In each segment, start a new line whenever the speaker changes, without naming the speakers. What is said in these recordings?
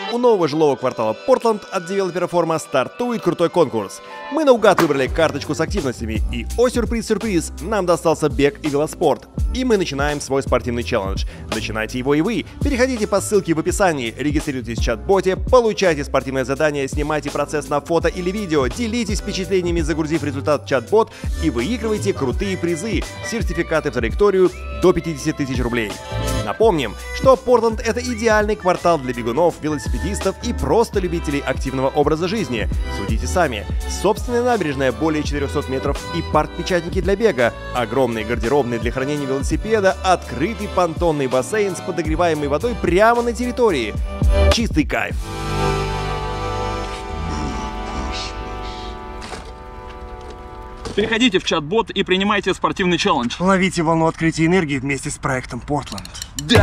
у нового жилого квартала Портленд от девелопера Форма стартует крутой конкурс. Мы наугад выбрали карточку с активностями, и, о сюрприз-сюрприз, нам достался бег и велоспорт. И мы начинаем свой спортивный челлендж. Начинайте его и вы. Переходите по ссылке в описании, регистрируйтесь в чат-боте, получайте спортивное задание, снимайте процесс на фото или видео, делитесь впечатлениями, загрузив результат в чат-бот и выигрывайте крутые призы, сертификаты в траекторию до 50 тысяч рублей. Напомним, что Портленд — это идеальный квартал для бегунов, велосипедистов и просто любителей активного образа жизни. Судите сами. Собственная набережная более 400 метров и парк-печатники для бега, огромные гардеробные для хранения велосипеда, открытый понтонный бассейн с подогреваемой водой прямо на территории. Чистый кайф.
Переходите в чат-бот и принимайте спортивный челлендж.
Ловите волну открытия энергии вместе с проектом Портленд.
Да!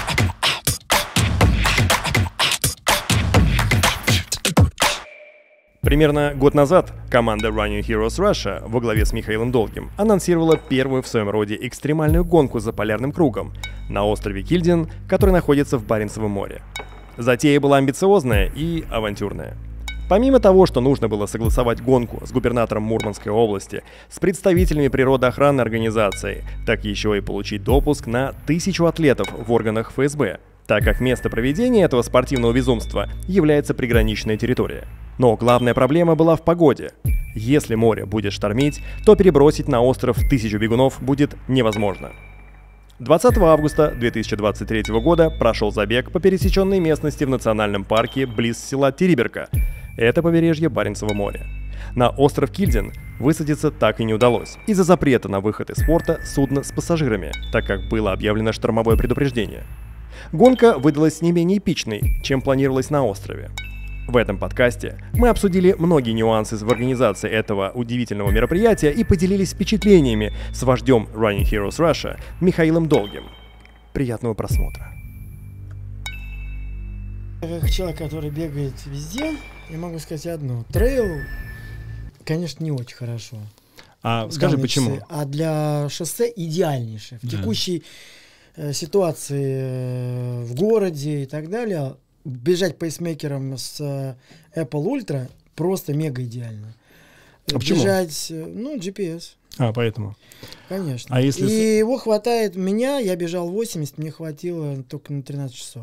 Примерно год назад команда Running Heroes Russia во главе с Михаилом Долгим анонсировала первую в своем роде экстремальную гонку за полярным кругом на острове Кильден, который находится в Баренцевом море. Затея была амбициозная и авантюрная. Помимо того, что нужно было согласовать гонку с губернатором Мурманской области, с представителями природоохранной организации, так еще и получить допуск на 1000 атлетов в органах ФСБ, так как место проведения этого спортивного безумства является приграничная территория. Но главная проблема была в погоде. Если море будет штормить, то перебросить на остров 1000 бегунов будет невозможно. 20 августа 2023 года прошел забег по пересеченной местности в национальном парке близ села Териберка. Это побережье Баренцева моря. На остров Кильден высадиться так и не удалось из-за запрета на выход из порта судна с пассажирами, так как было объявлено штормовое предупреждение. Гонка выдалась не менее эпичной, чем планировалось на острове. В этом подкасте мы обсудили многие нюансы в организации этого удивительного мероприятия и поделились впечатлениями с вождем Running Heroes Russia Михаилом Долгим. Приятного просмотра.
Как человек, который бегает везде, я могу сказать одно. Трейл, конечно, не очень хорошо.
А скажи, почему?
Часы, а для шоссе идеальнейшее. В текущей ситуации в городе и так далее, бежать пейсмейкером с Apple Ultra просто мега идеально.
А почему?
Бежать, GPS.
А, поэтому.
Конечно.
А если...
И его хватает я бежал 80, мне хватило только на 13 часов.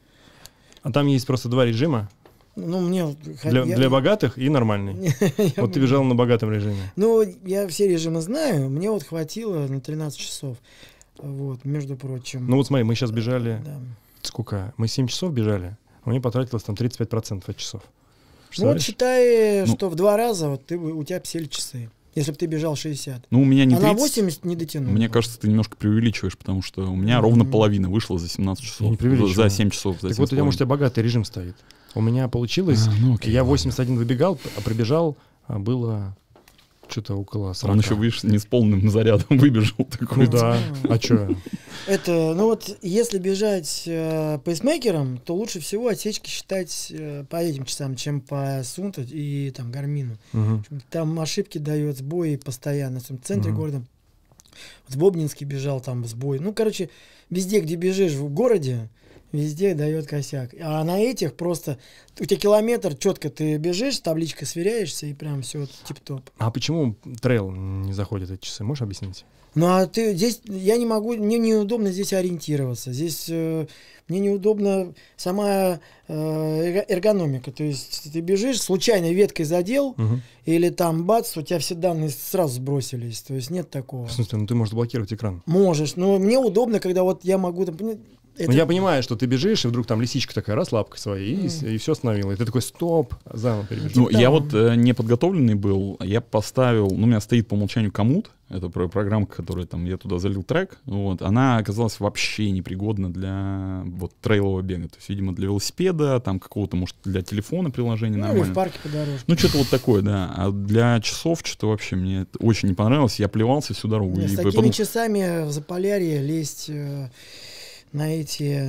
А там есть просто два режима?
Мне...
Для богатых и нормальный. Вот ты бежал на богатом режиме.
Я все режимы знаю, мне вот хватило на 13 часов. Вот, между прочим.
Вот смотри, мы сейчас бежали...
Да.
Сколько? Мы 7 часов бежали, а мне потратилось там 35% от часов.
Считай, что в 2 раза у тебя сели часы. Если бы ты бежал 60.
У меня не 30.
На 80 не дотянул.
Мне кажется, ты немножко преувеличиваешь, потому что у меня ровно половина вышла за 17 часов.
Я не
за 7 часов.
Так вот, потому что у тебя богатый режим стоит. У меня получилось, я 81 выбегал, а пробежал, было что-то около 40.
Он еще, видишь, не с полным зарядом выбежал. Такой.
Да, а что?
Это, если бежать пейсмейкером, то лучше всего отсечки считать по этим часам, чем по Сунту и там Гармину. Там ошибки дает, сбои постоянно. В центре города. В Бобнинске бежал, там сбой. Везде, где бежишь в городе, везде дает косяк. А на этих просто у тебя километр, четко ты бежишь, с табличкой сверяешься, и прям все тип-топ.
А почему трейл не заходит эти часы? Можешь объяснить?
Здесь я не могу, мне неудобно здесь ориентироваться. Здесь мне неудобно сама эргономика. То есть ты бежишь, случайно веткой задел, или там бац, у тебя все данные сразу сбросились. То есть нет такого.
В смысле, ты можешь блокировать экран?
Можешь, но мне удобно, когда я могу...
Я понимаю, что ты бежишь, и вдруг там лисичка такая, раз, лапкой своей, и все остановила. И ты такой, стоп, заново перебежал.
Я не подготовленный был, я поставил, у меня стоит по умолчанию коммут, это программка, которая я туда залил трек, она оказалась вообще непригодна для трейлового бега. То есть, видимо, для велосипеда, там какого-то, может, для телефона приложения нормально.
Или в парке по дорожке.
Что-то вот такое, да. А для часов что-то вообще мне это очень не понравилось, я плевался всю дорогу.
С такими часами в Заполярье лезть... на эти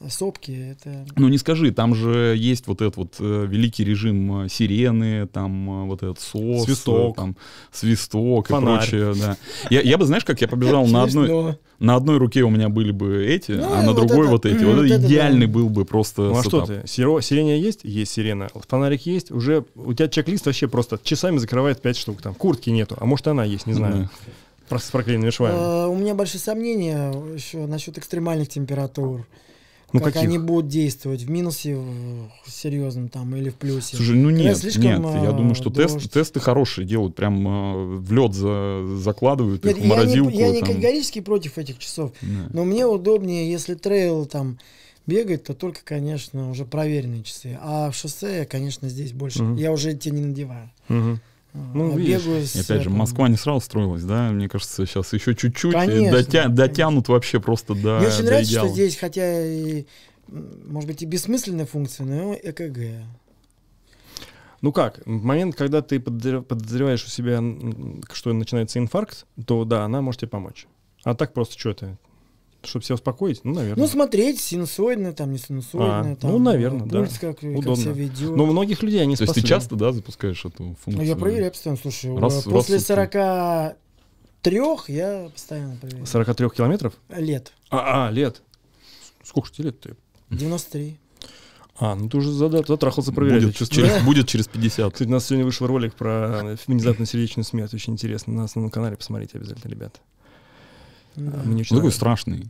сопки, это...
Ну не скажи, там же есть вот этот вот великий режим сирены, там вот этот СОС,
свисток,
там свисток
фонарь.
и прочее, да. Я бы, знаешь, как я побежал на одной руке у меня были бы эти, а на другой вот эти. Вот это идеальный был бы просто
Ну а что
сетап.
ты? Сирена есть? Есть сирена. Фонарик есть? Уже у тебя чек-лист вообще просто часами закрывает 5 штук. Там куртки нету, а может она есть, не знаю. Просто с проклеенными швами.
У меня большие сомнения еще насчет экстремальных температур.
Ну,
как
каких?
они будут действовать, в минусе серьезном там или в плюсе.
Слушай, ну нет,
слишком,
нет, я думаю, что
дождь.
тесты хорошие делают, прям в лед закладывают
Нет,
их в морозилку.
я не
там.
категорически против этих часов,
Да.
но мне удобнее, если трейл там бегает, то только, конечно, уже проверенные часы. А в шоссе, конечно, здесь больше. Я уже те не надеваю.
Ну, видишь.
Бегаю
И опять же, Москва не сразу строилась, да? Мне кажется, сейчас еще чуть-чуть
Конечно,
дотянут вообще просто до
Мне очень нравится,
идеала.
что здесь, хотя и, может быть, и бессмысленная функция, но ЭКГ.
Ну как, в момент, когда ты подозреваешь у себя, что начинается инфаркт, то да, она может тебе помочь. А так просто что это? Чтобы себя успокоить? Ну, наверное.
Ну, смотреть, синусоидное, там, не синусоидное, там,
ну, наверное, да.
пульс как себя ведет.
Но у многих людей они
То есть ты часто, да, запускаешь эту функцию?
Ну, я проверяю постоянно, слушай,
Раз
после
в сутки.
43 я постоянно проверяю.
43 километров?
Лет.
Лет. Сколько же тебе лет-то?
93.
Ну ты уже затрахался проверять.
Будет через 50.
Кстати, у нас сегодня вышел ролик про внезапную сердечную смерть. Очень интересно. На основном канале посмотрите обязательно, ребята.
Да.
Мне очень
Он такой
нравится.
страшный.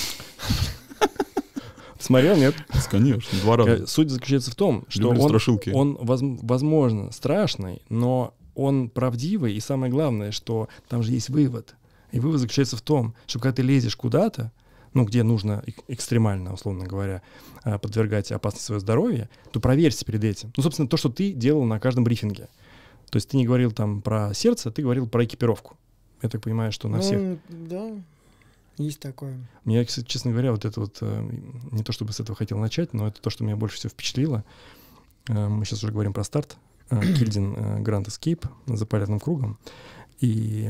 Смотрел, нет?
Конечно, 2 раза.
Суть заключается в том, что
Люблю страшилки.
он, возможно, страшный, но он правдивый. И самое главное, что там же есть вывод. И вывод заключается в том, что когда ты лезешь куда-то, ну, где нужно экстремально, условно говоря, подвергать опасности своего здоровья, то проверься перед этим. Ну, собственно, то, что ты делал на каждом брифинге. То есть ты не говорил там про сердце, ты говорил про экипировку. Я так понимаю, что на всех.
Да, есть такое.
Меня, кстати, честно говоря, вот это вот, не то чтобы с этого хотел начать, но это то, что меня больше всего впечатлило. Мы сейчас уже говорим про старт. Кильдин Grand Escape за полярным кругом. И,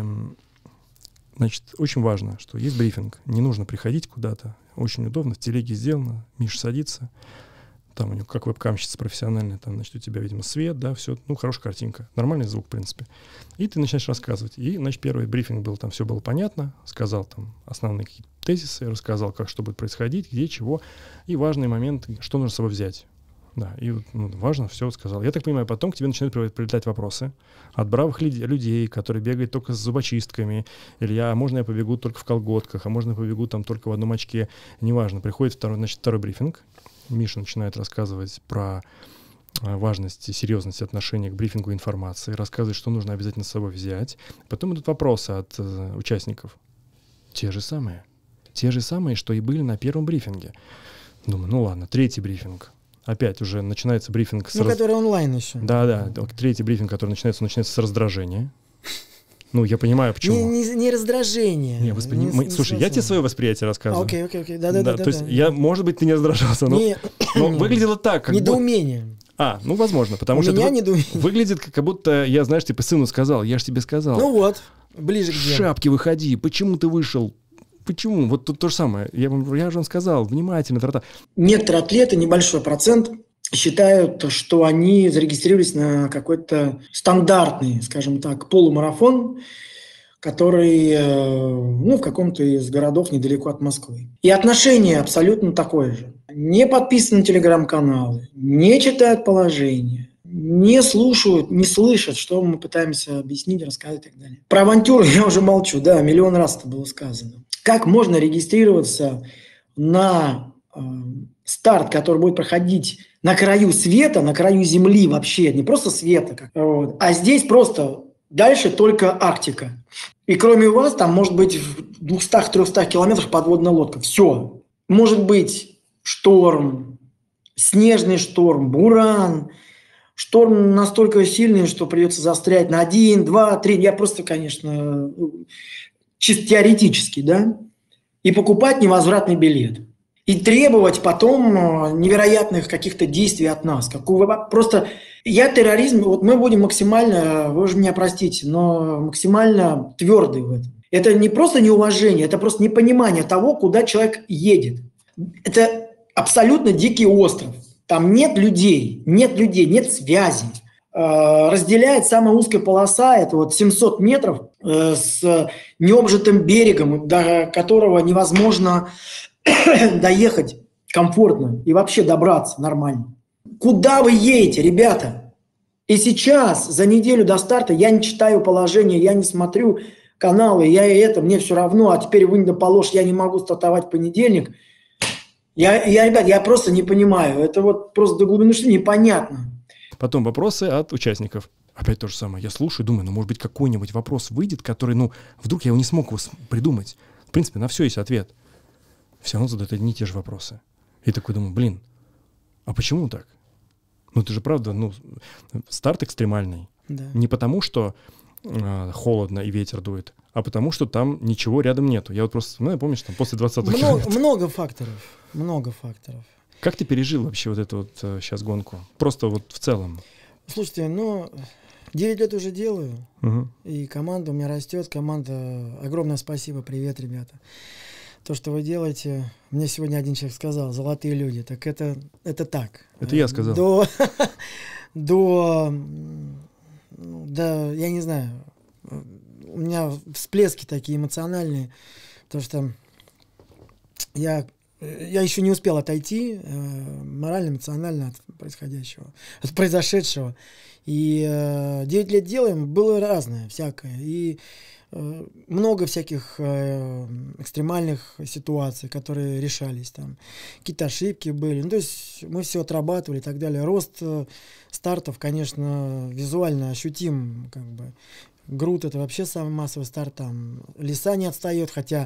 значит, очень важно, что есть брифинг. Не нужно приходить куда-то. Очень удобно, в телеге сделано. Миша садится. Там у него как веб-камщица профессиональная, там, значит, у тебя, видимо, свет, да, все, ну, хорошая картинка, нормальный звук, в принципе. И ты начинаешь рассказывать. И, значит, первый брифинг был, там все было понятно, сказал там основные какие-то тезисы, рассказал, как что будет происходить, где, чего, и важный момент, что нужно с собой взять. Да, и важно, все сказал. Я так понимаю, потом к тебе начинают прилетать вопросы от бравых людей, которые бегают только с зубочистками, или можно я побегу только в колготках, а можно я побегу там только в одном очке, неважно. Приходит второй брифинг, Миша начинает рассказывать про важность и серьезность отношения к брифингу информации, рассказывает, что нужно обязательно с собой взять. Потом идут вопросы от участников. Те же самые, что и были на первом брифинге. Думаю, ну ладно, третий брифинг. Опять уже начинается брифинг с...
который онлайн еще.
Да, третий брифинг, который начинается с раздражения. Ну, я понимаю, почему.
Не раздражение.
Слушай, я тебе свое восприятие рассказываю.
Окей. Да.
То есть, может быть, ты не раздражался, но выглядело так, как
недоумение.
Ну, возможно, потому что выглядит, как будто я, знаешь, типа сыну сказал, я же тебе сказал.
Ну вот, ближе к
делу.
делу.
Шапки выходи, почему ты вышел? Почему? Вот тут то же самое. Я же вам сказал, внимательно.
Некоторые атлеты, небольшой процент, считают, что они зарегистрировались на какой-то стандартный, скажем так, полумарафон, который, в каком-то из городов недалеко от Москвы. И отношение абсолютно такое же. Не подписаны на телеграм-каналы, не читают положения, не слушают, не слышат, что мы пытаемся объяснить, рассказать и так далее. Про авантюру я уже молчу, да, миллион раз это было сказано. Как можно регистрироваться на старт, который будет проходить на краю света, на краю Земли вообще, не просто света, а здесь просто дальше только Арктика. И кроме вас там может быть в 200-300 километрах подводная лодка. Все. Может быть шторм, снежный шторм, буран. Шторм настолько сильный, что придется застрять на 1, 2, 3. Я просто, конечно, чисто теоретически, да. И покупать невозвратный билет. И требовать потом невероятных каких-то действий от нас. Просто терроризм, мы будем максимально, вы уже меня простите, но максимально твердый в этом. Это не просто неуважение, это просто непонимание того, куда человек едет. Это абсолютно дикий остров. Там нет людей, нет связи. Разделяет самая узкая полоса, это вот 700 метров с необжитым берегом, до которого невозможно доехать комфортно и вообще добраться нормально. Куда вы едете, ребята? И сейчас, за неделю до старта, я не читаю положение, я не смотрю каналы, мне все равно, а теперь вынь да положь, я не могу стартовать в понедельник. Ребят, я просто не понимаю, это вот просто до глубины души непонятно.
Потом вопросы от участников. Опять то же самое. Я слушаю, думаю, может быть, какой-нибудь вопрос выйдет, который, вдруг я его не смог придумать. В принципе, на все есть ответ. Все равно задают одни и те же вопросы. И такой думаю, а почему так? Это же правда, старт экстремальный.
Да.
Не потому, что холодно и ветер дует, а потому, что там ничего рядом нету. Я вот просто, помнишь, там после 20-го километра.
Много факторов.
Как ты пережил вообще вот эту вот сейчас гонку? Просто вот в целом.
Слушайте, 9 лет уже делаю, и команда у меня растет, огромное спасибо, привет, ребята. То, что вы делаете, мне сегодня один человек сказал, золотые люди, так это так.
Это я сказал.
Я не знаю, у меня всплески такие эмоциональные, потому что я еще не успел отойти морально, эмоционально от происходящего, от произошедшего. И 9 лет делаем, было разное, всякое. И много всяких экстремальных ситуаций, которые решались. Там какие-то ошибки были. То есть мы все отрабатывали и так далее. Рост стартов, конечно, визуально ощутим. Груд — это вообще самый массовый старт. Там Лиса не отстает, хотя...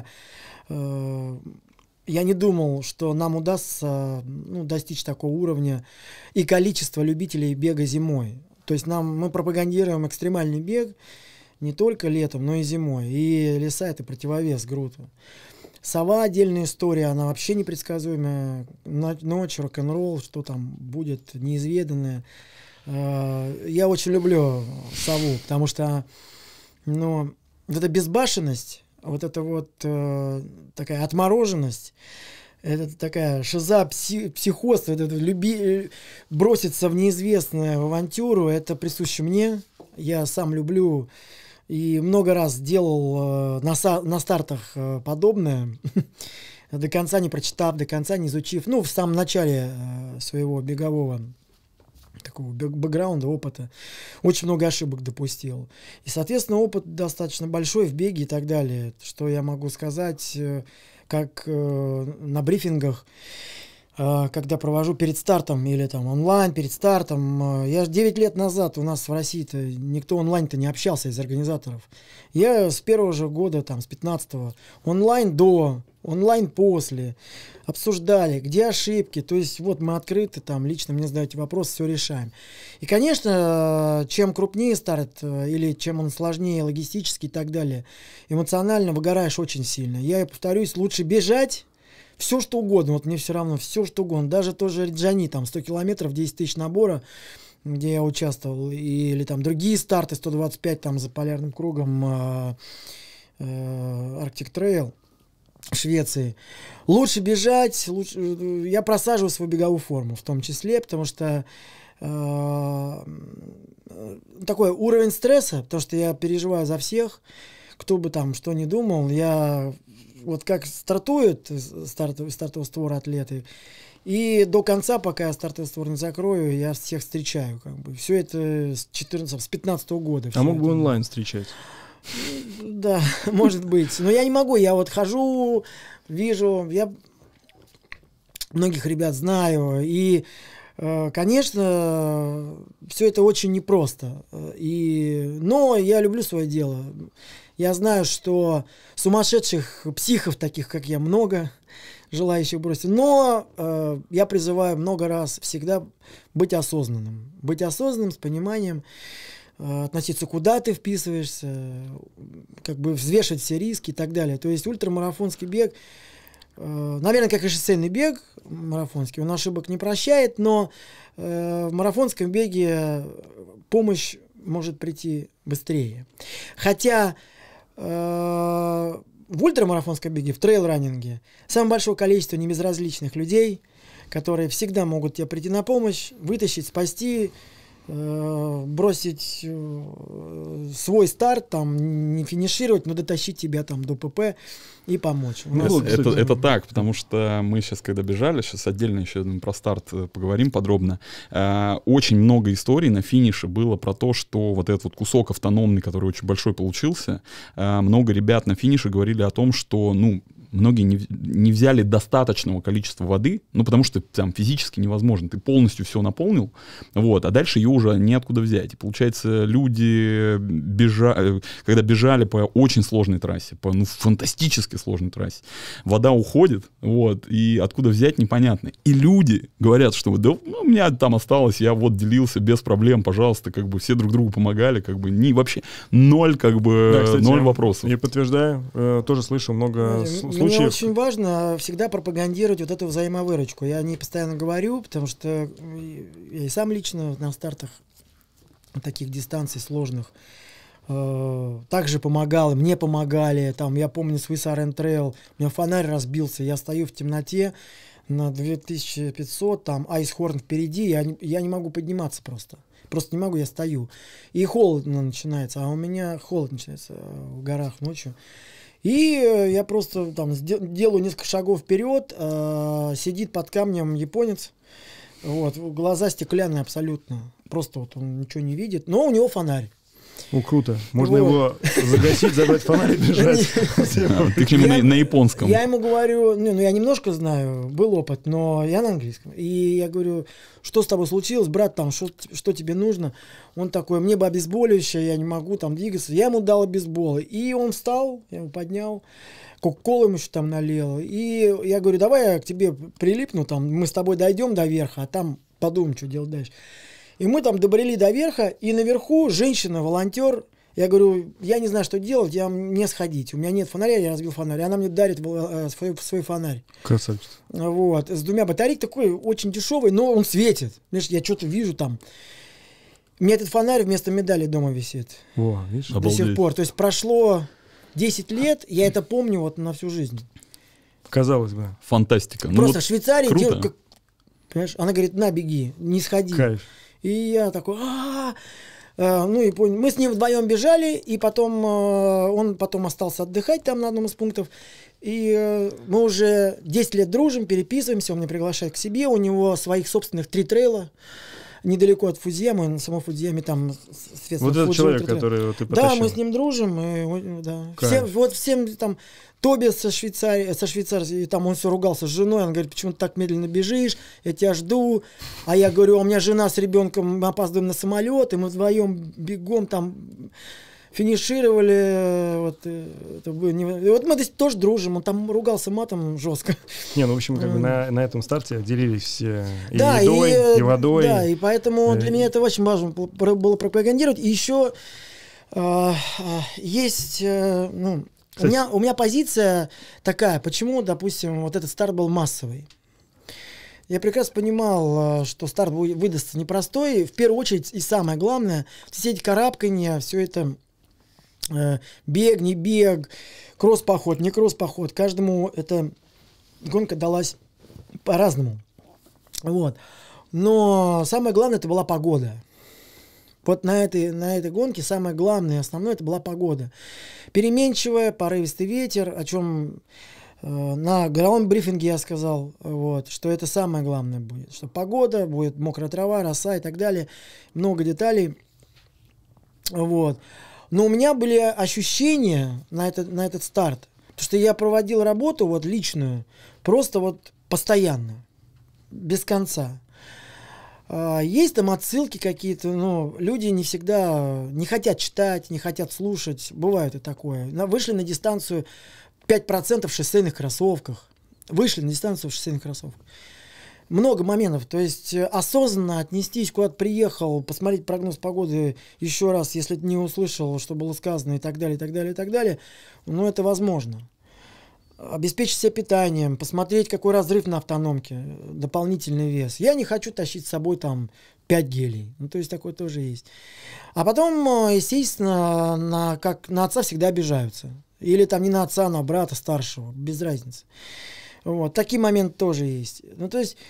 Я не думал, что нам удастся достичь такого уровня и количества любителей бега зимой. То есть мы пропагандируем экстремальный бег не только летом, но и зимой. И Лиса — это противовес Груту. Сова — отдельная история, она вообще непредсказуемая. Ночь, рок-н-ролл, что там будет, неизведанное. Я очень люблю Сову, потому что вот эта безбашенность, вот эта вот такая отмороженность, это такая шиза, психоз, броситься в неизвестное, в авантюру, это присуще мне. Я сам люблю и много раз делал на стартах подобное, до конца не прочитав, до конца не изучив. В самом начале своего бегового такого бэкграунда, опыта, очень много ошибок допустил. И, соответственно, опыт достаточно большой в беге и так далее. Что я могу сказать, как на брифингах, когда провожу перед стартом или там онлайн перед стартом. Я 9 лет назад у нас в России-то никто онлайн-то не общался из организаторов. Я с первого же года, с 15-го, онлайн до, онлайн после, обсуждали, где ошибки. То есть вот мы открыты, лично мне задаете вопросы, все решаем. И, конечно, чем крупнее старт или чем он сложнее логистически и так далее, эмоционально выгораешь очень сильно. Я и повторюсь, лучше бежать, все что угодно, вот мне все равно, все что угодно. Даже тоже Риджани, 100 километров, 10 тысяч набора, где я участвовал, или другие старты, 125 за полярным кругом, Arctic Trail, Швеции. Лучше бежать, я просаживаю свою беговую форму в том числе, потому что такой уровень стресса, потому что я переживаю за всех, кто бы что ни думал, я вот как стартует стартовый створ атлеты, и до конца, пока я стартовый створ не закрою, я всех встречаю. Все это с 15-го года.
А мог бы онлайн встречать?
Да, может быть. Но я не могу, я вот хожу, вижу, я многих ребят знаю, и, конечно, все это очень непросто. Но я люблю свое дело. Я знаю, что сумасшедших психов, таких как я, много, желающих бросить. Но я призываю много раз всегда быть осознанным. Быть осознанным, с пониманием, относиться, куда ты вписываешься, взвешивать все риски и так далее. То есть ультрамарафонский бег, наверное, как и шоссейный бег марафонский, он ошибок не прощает, но в марафонском беге помощь может прийти быстрее. Хотя в ультрамарафонском беге, в трейл-раннинге, самое большое количество небезразличных людей, которые всегда могут тебе прийти на помощь, вытащить, спасти, бросить свой старт, там, не финишировать, но дотащить тебя там до ПП и помочь.
Это так, потому что мы сейчас, когда бежали, сейчас отдельно еще про старт поговорим подробно, очень много историй на финише было про то, что вот этот вот кусок автономный, который очень большой получился, много ребят на финише говорили о том, что, ну, многие не взяли достаточного количества воды, ну, потому что там физически невозможно. Ты полностью все наполнил, вот, а дальше ее уже неоткуда взять. И получается, люди, когда бежали по очень сложной трассе, по фантастически сложной трассе, вода уходит, вот, и откуда взять непонятно. И люди говорят, что да, ну, у меня там осталось, я вот делился без проблем, пожалуйста, как бы все друг другу помогали, как бы вообще ноль, как бы, да, кстати, ноль вопросов.
Я подтверждаю, тоже слышу много случаев.
Мне очень важно всегда пропагандировать вот эту взаимовыручку. Я о ней постоянно говорю, потому что я и сам лично на стартах таких дистанций сложных также помогал, мне помогали. Там, я помню, Swiss Arena Trail, у меня фонарь разбился, я стою в темноте на 2500, там Айсхорн впереди, я не могу подниматься просто. Просто не могу, я стою. И холодно начинается, а у меня холод начинается в горах ночью. И я просто там делаю несколько шагов вперед, сидит под камнем японец, вот, глаза стеклянные абсолютно, просто вот он ничего не видит, но у него фонарь.
О, круто. Можно его загасить, забрать фонарь и бежать.
Ты к нему на японском.
Я ему говорю, ну я немножко знаю, был опыт, но я на английском. И я говорю, что с тобой случилось, брат, там, что тебе нужно? Он такой, мне бы обезболивающее, я не могу там двигаться. Я ему дал обезбол. И он встал, я его поднял, кока-колу ему еще там налил. И я говорю, давай я к тебе прилипну, там, мы с тобой дойдем до верха, а там подумаем, что делать дальше. И мы там добрели до верха, и наверху женщина, волонтер, я говорю, я не знаю, что делать, мне сходить. У меня нет фонаря, я разбил фонарь. Она мне дарит свой фонарь.
Красавчик.
Вот, с 2 батарейками, такой очень дешевый, но он светит. Знаешь, я что-то вижу там. У меня этот фонарь вместо медали дома висит.
О, видишь?
До сих пор. То есть прошло 10 лет, я это помню вот на всю жизнь.
Казалось бы.
Фантастика.
Просто вот в Швейцарии делают, понимаешь, она говорит, на, беги, не сходи.
Кайф.
И я такой, ну и понял. Мы с ним вдвоем бежали, и потом он потом остался отдыхать там на одном из пунктов. И мы уже 10 лет дружим, переписываемся, он меня приглашает к себе, у него своих собственных 3 трейла. Недалеко от Фудзиямы, на самом Фудзияме там...
Вот этот человек, который ты потащил.
Да, мы с ним дружим. И, да. Всем там... Тоби со Швейцарии, там он все ругался с женой, он говорит, почему ты так медленно бежишь, я тебя жду, а я говорю, у меня жена с ребенком, мы опаздываем на самолет, и мы вдвоем бегом там финишировали, вот мы тоже дружим, он там ругался матом жестко.
Не, ну в общем, как бы на этом старте делились все и едой, и водой.
Да, и поэтому для меня это очень важно было пропагандировать, и еще есть, у меня позиция такая, почему, допустим, вот этот старт был массовый. Я прекрасно понимал, что старт выдастся непростой. В первую очередь, и самое главное, все эти карабкания, все это бег, не бег, кросс-поход, не кросс-поход. Каждому эта гонка далась по-разному. Вот. Но самое главное, это была погода. Вот на этой гонке самое главное и основное это была погода. Переменчивая, порывистый ветер, о чем на горовом брифинге я сказал, вот, что это самое главное будет. Что погода, будет мокрая трава, роса и так далее. Много деталей. Вот. Но у меня были ощущения на этот старт. Потому что я проводил работу вот личную просто вот постоянно, без конца. Есть там отсылки какие-то, но люди не всегда не хотят читать, не хотят слушать. Бывает и такое. Вышли на дистанцию 5% в шоссейных кроссовках. Вышли на дистанцию в шоссейных кроссовках. Много моментов. То есть осознанно отнестись, куда-то приехал, посмотреть прогноз погоды еще раз, если ты не услышал, что было сказано и так далее, и так далее, и так далее. Но это возможно. Обеспечить себя питанием, посмотреть, какой разрыв на автономке, дополнительный вес. Я не хочу тащить с собой там 5 гелей. Ну, то есть такое тоже есть. А потом, естественно, на отца всегда обижаются. Или там не на отца, а на брата старшего. Без разницы. Вот. Такие моменты тоже есть. Ну, то есть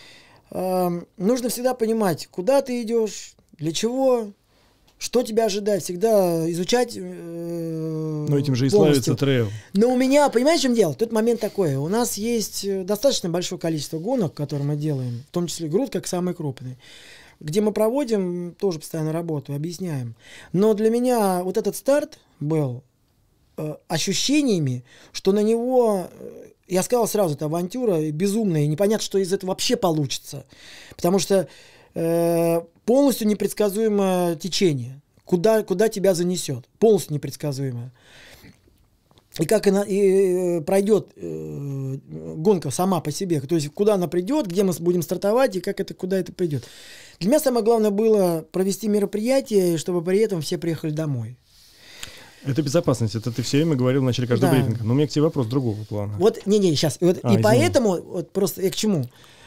нужно всегда понимать, куда ты идешь, для чего, что тебя ожидает, всегда изучать.
Но этим же и славится трейл.
Но у меня, понимаешь, в чем дело? Тут момент такой. У нас есть достаточно большое количество гонок, которые мы делаем, в том числе груд, как самый крупный, где мы проводим тоже постоянно работу, объясняем. Но для меня вот этот старт был ощущениями, что на него, я сказал сразу, это авантюра безумная, и непонятно, что из этого вообще получится. Потому что полностью непредсказуемое течение, куда тебя занесет, полностью непредсказуемое. И как и пройдет гонка сама по себе, то есть куда она придет, где мы будем стартовать и куда это придет. Для меня самое главное было провести мероприятие, чтобы при этом все приехали домой.
Это безопасность, это ты все время говорил в начале каждого брифинга. Но у меня к тебе вопрос другого плана.
Вот, сейчас. Вот, и поэтому, вот просто я к чему?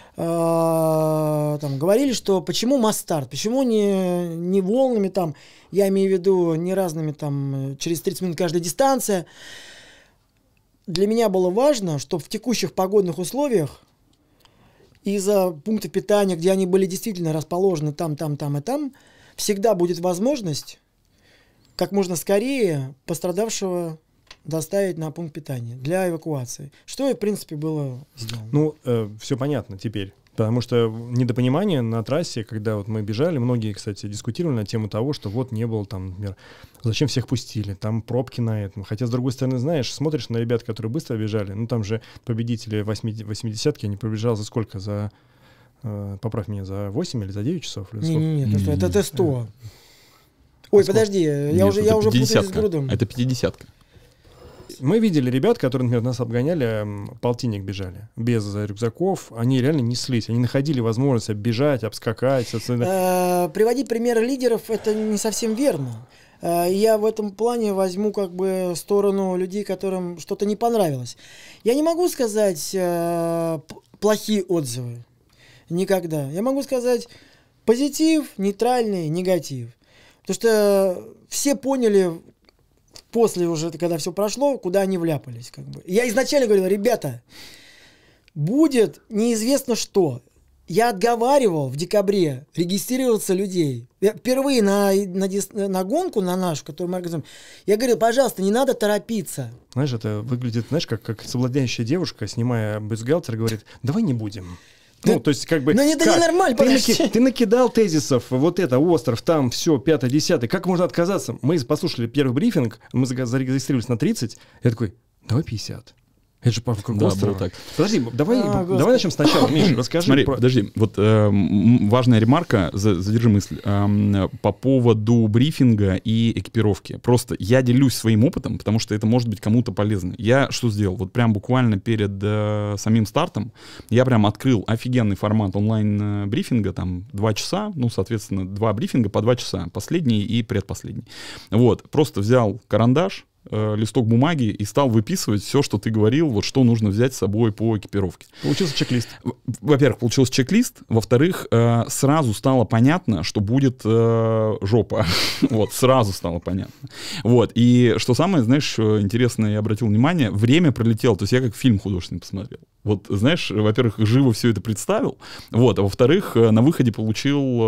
Там говорили, что почему масс-старт, почему не волнами там, я имею в виду не разными там, через 30 минут каждая дистанция. Для меня было важно, чтобы в текущих погодных условиях из-за пунктов питания, где они были действительно расположены там и там, всегда будет возможность как можно скорее пострадавшего доставить на пункт питания для эвакуации. Что и, в принципе, было сделано.
Ну, все понятно теперь. Потому что недопонимание на трассе, когда вот мы бежали, многие, кстати, дискутировали на тему того, что вот не было там, например, зачем всех пустили, там пробки на этом. Хотя, с другой стороны, знаешь, смотришь на ребят, которые быстро бежали, ну там же победители 80-ки, они пробежали за сколько? Поправь меня, за 8 или за 9 часов?
Нет, это Т100. Ой, подожди, я уже путаюсь с грудом.
Это 50-ка.
Мы видели ребят, которые, например, нас обгоняли, полтинник бежали, без рюкзаков. Они реально неслись, они находили возможность оббежать, обскакать.
Приводить примеры лидеров — это не совсем верно. Я в этом плане возьму как бы сторону людей, которым что-то не понравилось. Я не могу сказать плохие отзывы. Никогда. Я могу сказать позитив, нейтральный, негатив. Потому что все поняли после уже, когда все прошло, куда они вляпались. Как бы. Я изначально говорил, ребята, будет неизвестно что. Я отговаривал в декабре регистрироваться людей. Я впервые на гонку, на нашу, которую мы организуем, я говорил, пожалуйста, не надо торопиться.
Знаешь, это выглядит, знаешь, как соблазняющая девушка, снимая бюстгальтер, говорит, давай не будем. Ну, то есть, как бы...
Ну, это ненормально,
ты накидал тезисов, вот это, остров, там, все, 5-10. Как можно отказаться? Мы послушали первый брифинг, мы зарегистрировались на 30. Я такой, давай 50. Это же как остров. Так. Подожди, давай начнем сначала. Миша, расскажи.
Смотри, подожди. Вот важная ремарка, задержи мысль, по поводу брифинга и экипировки. Просто я делюсь своим опытом, потому что это может быть кому-то полезно. Я что сделал? Вот прям буквально перед самим стартом я прям открыл офигенный формат онлайн-брифинга, там 2 часа, ну, соответственно, 2 брифинга по 2 часа, последний и предпоследний. Вот, просто взял карандаш, листок бумаги и стал выписывать все, что ты говорил, вот что нужно взять с собой по экипировке.
Получился чек-лист.
Во-первых, получился чек-лист. Во-вторых, сразу стало понятно, что будет жопа. Вот, сразу стало понятно. Вот, и что самое, знаешь, интересное, я обратил внимание, время пролетело, то есть я как фильм художественный посмотрел. Вот, знаешь, во-первых, живо все это представил, вот, а во-вторых, на выходе получил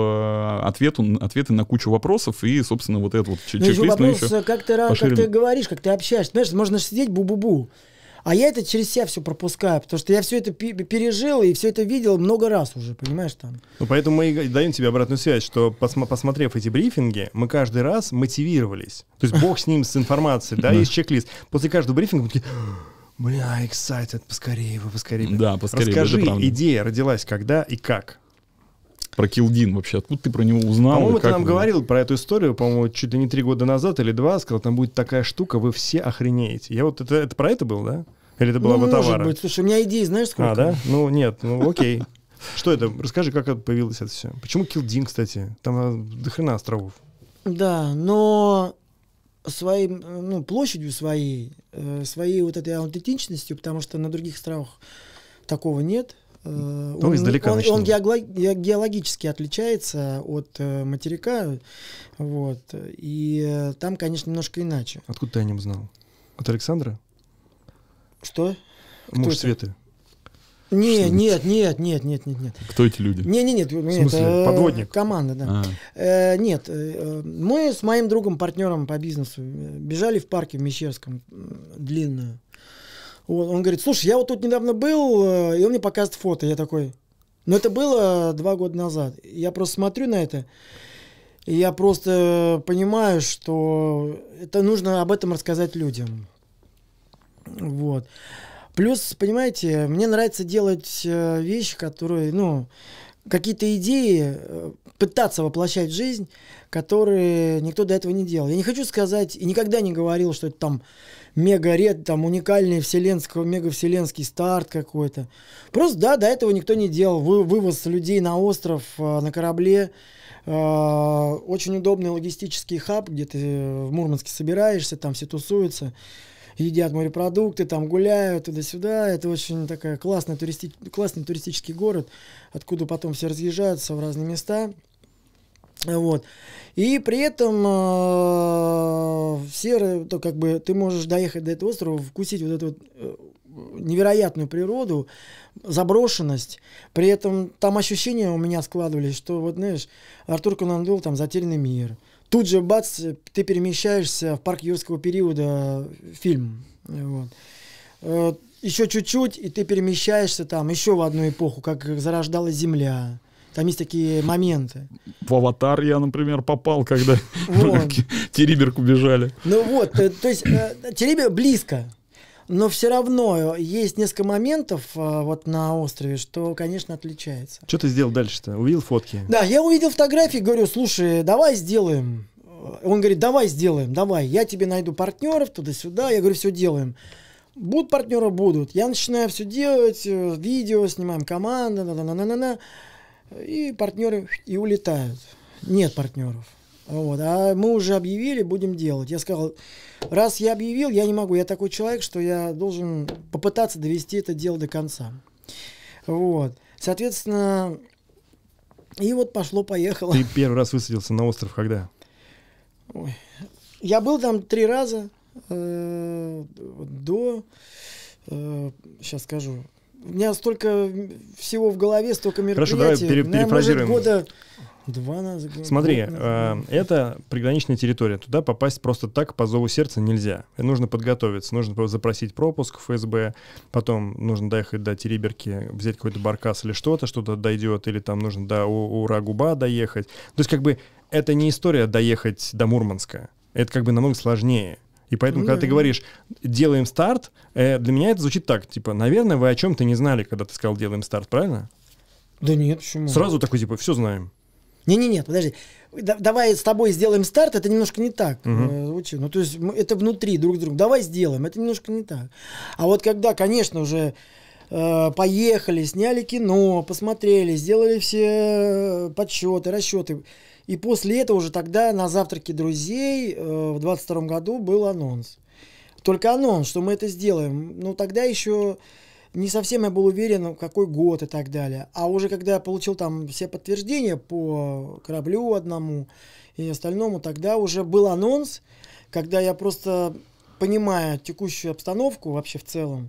ответы на кучу вопросов, и, собственно, вот этот вот чек-лист.
Вопрос, как ты говоришь, как ты общаешься. Понимаешь, можно сидеть бу-бу-бу. А я это через себя все пропускаю, потому что я все это пережил и все это видел много раз уже, понимаешь, там.
Ну, поэтому мы и даем тебе обратную связь, что, посмотрев эти брифинги, мы каждый раз мотивировались. То есть бог с ним, с информацией, да, есть чек-лист. После каждого брифинга мы такие... Бля, excited, поскорее.
Да, поскорее.
Расскажи, идея родилась когда и как?
Про Килдин вообще, откуда ты про него узнал?
По-моему, ты нам говорил про эту историю, по-моему, чуть ли не 3 года назад или 2, сказал, там будет такая штука, вы все охренеете. Я вот это про это был, да? Или это была Ватавара?
Может быть, слушай, у меня идей, знаешь, сколько?
Да? Ну, нет, ну окей. Что это? Расскажи, как это появилось это все. Почему Килдин, кстати? Там дохрена островов.
Да, но своей, площадью своей вот этой аутентичностью, потому что на других островах такого нет. Он геологически отличается от материка, вот, и там, конечно, немножко иначе.
Откуда ты о нем знал? От Александра?
Что?
Муж Светы.
Нет.
Кто эти люди?
Нет.
В смысле, подводник?
Команда, да. Нет, мы с моим другом, партнером по бизнесу бежали в парке в Мещерском, длинную. Вот, он говорит, слушай, я вот тут недавно был, и он мне показывает фото. Я такой, это было 2 года назад. Я просто смотрю на это, и я просто понимаю, что это нужно об этом рассказать людям. Вот. Плюс, понимаете, мне нравится делать вещи, которые, какие-то идеи, пытаться воплощать в жизнь, которые никто до этого не делал. Я не хочу сказать, и никогда не говорил, что это там мега-ред, там уникальный мега-вселенский старт какой-то. Просто, да, до этого никто не делал. Вывоз людей на остров, на корабле. Очень удобный логистический хаб, где ты в Мурманске собираешься, там все тусуются. Едят морепродукты, там гуляют туда-сюда. Это очень такой классный туристический город, откуда потом все разъезжаются в разные места. Вот. И при этом ты можешь доехать до этого острова, вкусить вот эту вот невероятную природу, заброшенность. При этом там ощущения у меня складывались, что, вот знаешь, Артур Конан Дойл, там «Затерянный мир». Тут же, бац, ты перемещаешься в парк юрского периода, фильм. Вот. Еще чуть-чуть, и ты перемещаешься там еще в одну эпоху, как зарождалась Земля. Там есть такие моменты.
В «Аватар» я, например, попал, когда Териберку бежали.
То есть Терибер близко. Но все равно есть несколько моментов вот на острове, что, конечно, отличается.
Что ты сделал дальше-то? Увидел фотки?
Да, я увидел фотографии, говорю, слушай, давай сделаем. Он говорит, давай сделаем, давай. Я тебе найду партнеров туда-сюда. Я говорю, все делаем. Будут партнеры, будут. Я начинаю все делать, видео, снимаем команду, и партнеры и улетают. Нет партнеров. Вот. А мы уже объявили, будем делать. Я сказал, раз я объявил, я не могу. Я такой человек, что я должен попытаться довести это дело до конца. Вот. Соответственно, и вот пошло-поехало.
Ты первый раз высадился на остров когда?
Ой. Я был там 3 раза сейчас скажу. У меня столько всего в голове, столько мероприятий.
Хорошо, давай перефразируем.
Года 2 назад.
Смотри, это приграничная территория. Туда попасть просто так по зову сердца нельзя. Нужно подготовиться, нужно запросить пропуск в ФСБ, потом нужно доехать до Териберки, взять какой-то баркас или что-то дойдет, или там нужно до Урагуба доехать. То есть как бы это не история доехать до Мурманска. Это как бы намного сложнее. И поэтому, когда ты говоришь «делаем старт», для меня это звучит так, типа, наверное, вы о чем-то не знали, когда ты сказал «делаем старт», правильно?
Да нет, почему?
Сразу такой, типа, все знаем.
Не-не-нет, подожди. Давай с тобой сделаем старт, это немножко не так звучит. То есть это внутри друг друга. Давай сделаем, это немножко не так. А вот когда, конечно, уже поехали, сняли кино, посмотрели, сделали все подсчеты, расчеты. И после этого уже тогда на «Завтраке друзей» в 22 году был анонс. Только анонс, что мы это сделаем. Но тогда еще не совсем я был уверен, какой год и так далее. А уже когда я получил там все подтверждения по кораблю одному и остальному, тогда уже был анонс, когда я просто, понимая текущую обстановку вообще в целом,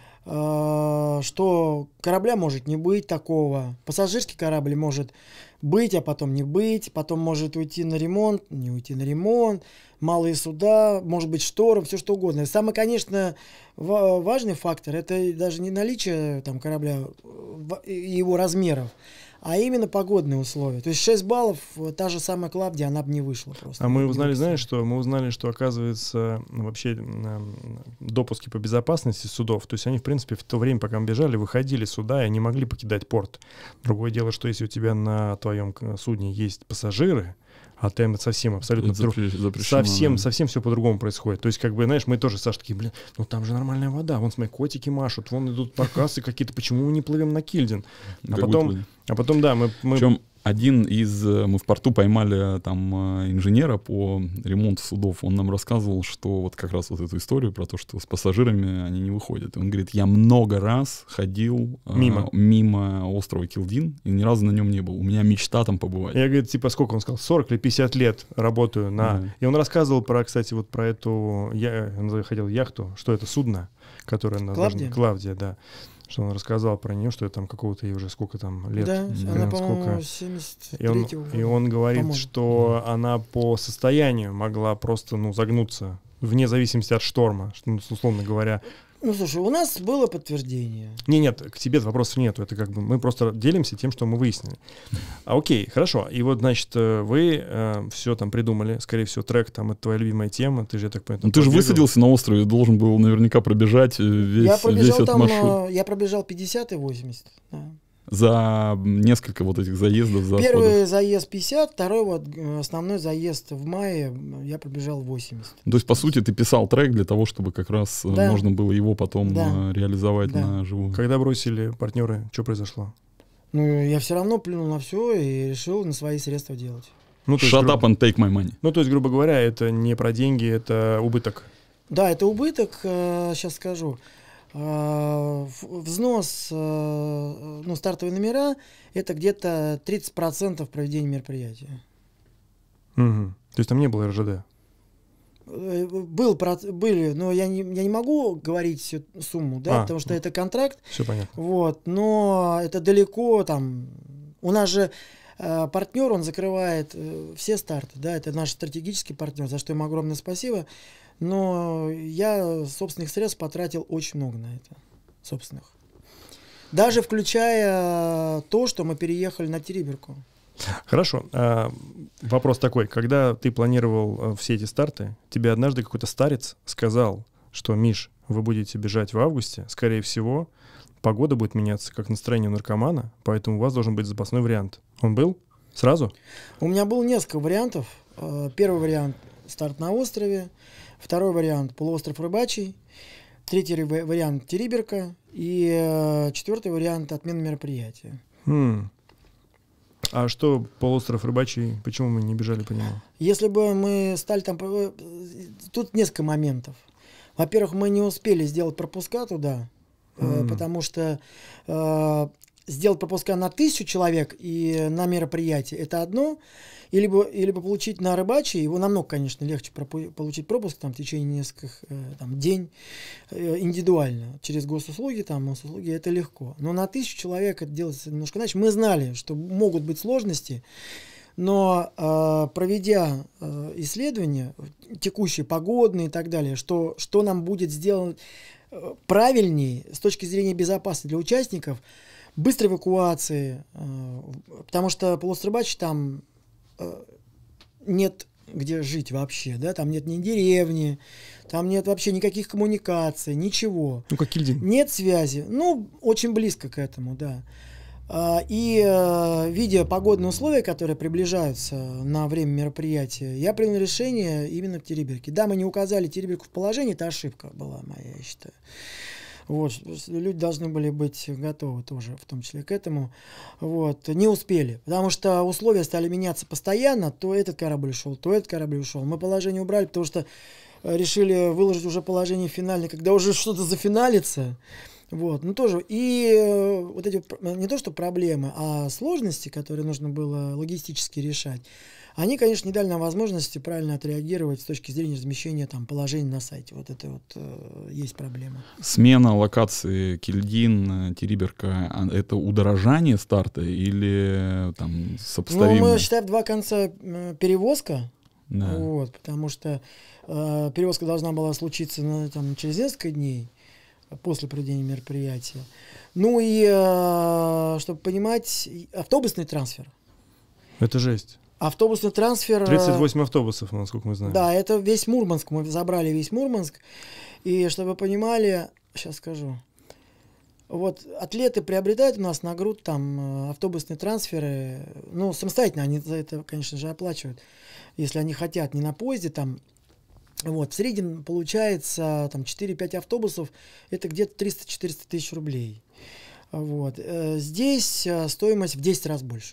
что корабля может не быть такого. Пассажирский корабль может быть, а потом не быть. Потом может уйти на ремонт, не уйти на ремонт. Малые суда, может быть шторм, все что угодно. И самый, конечно, важный фактор — это даже не наличие там корабля и его размеров, а именно погодные условия. То есть 6 баллов, та же самая Клавдия, она бы не вышла просто.
А мы узнали, знаешь что? Мы узнали, что, оказывается, вообще допуски по безопасности судов, то есть они, в принципе, в то время, пока мы бежали, выходили суда, и они могли покидать порт. Другое дело, что если у тебя на твоем судне есть пассажиры, а там совсем абсолютно совсем все по-другому происходит. То есть, как бы, знаешь, мы тоже, Саша, такие, блин, ну там же нормальная вода, вон, смотри, котики машут, вон идут баркасы какие-то, почему мы не плывем на Кильдин? А потом, да, мы...
Причем мы в порту поймали там инженера по ремонту судов, он нам рассказывал, что вот как раз вот эту историю про то, что с пассажирами они не выходят. И он говорит, я много раз ходил мимо острова Килдин и ни разу на нем не был. У меня мечта там побывать.
Я, говорит, типа сколько он сказал, 40 или 50 лет работаю на... И он рассказывал про, кстати, вот про эту, он хотел яхту, что это судно, которое...
Клавдия?
Клавдия, да. что он рассказал про нее, что это там какого-то ей уже сколько там лет.
Да,
блин,
она, по-моему,
сколько.
73-го года.
И он говорит,
по-моему.
что она по состоянию могла просто, ну, загнуться, вне зависимости от шторма, что, ну, условно говоря.
Ну, слушай, у нас было подтверждение.
Нет, к тебе вопросов нету. Это как бы мы просто делимся тем, что мы выяснили. Окей, хорошо. И вот, значит, вы все там придумали. Скорее всего, трек там — это твоя любимая тема. Ты же, я так понимаю,
Ну, ты же
побегал.
высадился на острове, должен был наверняка пробежать весь этот
там,
маршрут.
я пробежал 50 и 80. Да.
За несколько вот этих заездов, заходов.
Первый заезд 50, второй вот основной заезд в мае я пробежал 80.
То есть, по сути, ты писал трек для того, чтобы как раз
Да.
можно было его потом
Да.
реализовать
Да.
на живую.
Когда бросили партнеры, что произошло?
Ну, я все равно плюнул на все и решил на свои средства делать.
Ну, то есть,
Shut up and take my money.
ну, то есть, грубо говоря, это не про деньги, это убыток.
Да, это убыток, сейчас скажу. Взнос, ну, стартовые номера, это где-то 30% проведения мероприятия.
Мгм. То есть там не было РЖД.
Были, но я не могу говорить всю сумму, да, потому что это контракт.
Все понятно.
Вот, но это далеко там. У нас же партнер, он закрывает все старты, да, это наш стратегический партнер, за что им огромное спасибо. Но я собственных средств потратил очень много на это, собственных. Даже включая то, что мы переехали на Териберку.
Хорошо. Вопрос такой. Когда ты планировал все эти старты, тебе однажды какой-то старец сказал, что, Миш, вы будете бежать в августе, скорее всего, погода будет меняться, как настроение у наркомана, поэтому у вас должен быть запасной вариант. Он был? Сразу?
У меня было несколько вариантов. Первый вариант — старт на острове. Второй вариант — полуостров Рыбачий. Третий вариант — Териберка. И четвертый вариант — отмена мероприятия.
А что полуостров Рыбачий, почему мы не бежали по нему?
Если бы мы стали там... Тут несколько моментов. Во-первых, мы не успели сделать пропуска туда, потому что сделать пропуска на 1000 человек и на мероприятие — это одно. И либо получить на Рыбачий, его намного, конечно, легче получить пропуск там, в течение нескольких день индивидуально. Через госуслуги, Мосуслуги, это легко. Но на 1000 человек это делается немножко иначе. Мы знали, что могут быть сложности, но проведя исследования, текущие, погодные и так далее, что нам будет сделано правильнее с точки зрения безопасности для участников, быстрой эвакуации, потому что полуостров Рыбачий там нет где жить вообще, да, там нет ни деревни, там нет вообще никаких коммуникаций, ничего.
Ну, как Кильдин.
Нет связи, ну, очень близко к этому, да. И видя погодные условия, которые приближаются на время мероприятия, я принял решение именно в Териберке. Да, мы не указали Териберку в положении, это ошибка была моя, я считаю. Вот, люди должны были быть готовы тоже, в том числе к этому. Вот, не успели, потому что условия стали меняться постоянно. То этот корабль ушел, то этот корабль ушел. Мы положение убрали, потому что решили выложить уже положение финальное, когда уже что-то зафиналится. Вот, ну тоже. И вот эти не то что проблемы, а сложности, которые нужно было логистически решать, они, конечно, не дали нам возможности правильно отреагировать с точки зрения размещения там положений на сайте. Вот это вот есть проблема.
Смена локации Кильдин, Териберка — это удорожание старта или там сопоставимо?
Ну, мы считаем, в два конца перевозка.
Да.
Вот, потому что перевозка должна была случиться через несколько дней после проведения мероприятия. Ну и, чтобы понимать, автобусный трансфер.
Это жесть.
Автобусный трансфер...
38 автобусов, насколько мы знаем.
Да, это весь Мурманск. Мы забрали весь Мурманск. И чтобы вы понимали, сейчас скажу. Вот атлеты приобретают у нас на грудь там автобусные трансферы. Ну, самостоятельно они за это, конечно же, оплачивают. Если они хотят, не на поезде там. Вот, в среднем получается там 4-5 автобусов. Это где-то 300-400 тысяч рублей. Вот. Здесь стоимость в 10 раз больше.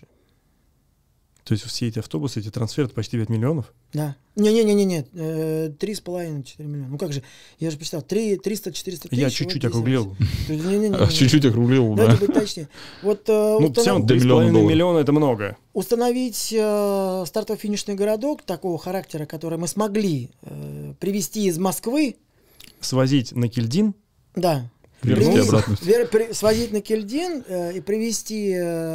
То есть все эти автобусы, эти трансферы — это почти 5 миллионов?
Да. Не-не-не, 3,5-4 миллиона. Ну как же, я же посчитал, 300-400 тысяч.
Я чуть-чуть округлил.
Чуть-чуть округлил, да.
Давайте быть точнее. Вот,
Ну, все равно 3,5 миллиона — это много.
Установить стартово-финишный городок такого характера, который мы смогли привезти из Москвы.
Свозить на Кильдин?
Да.
Привезти обратно.
Свозить на Кильдин и привезти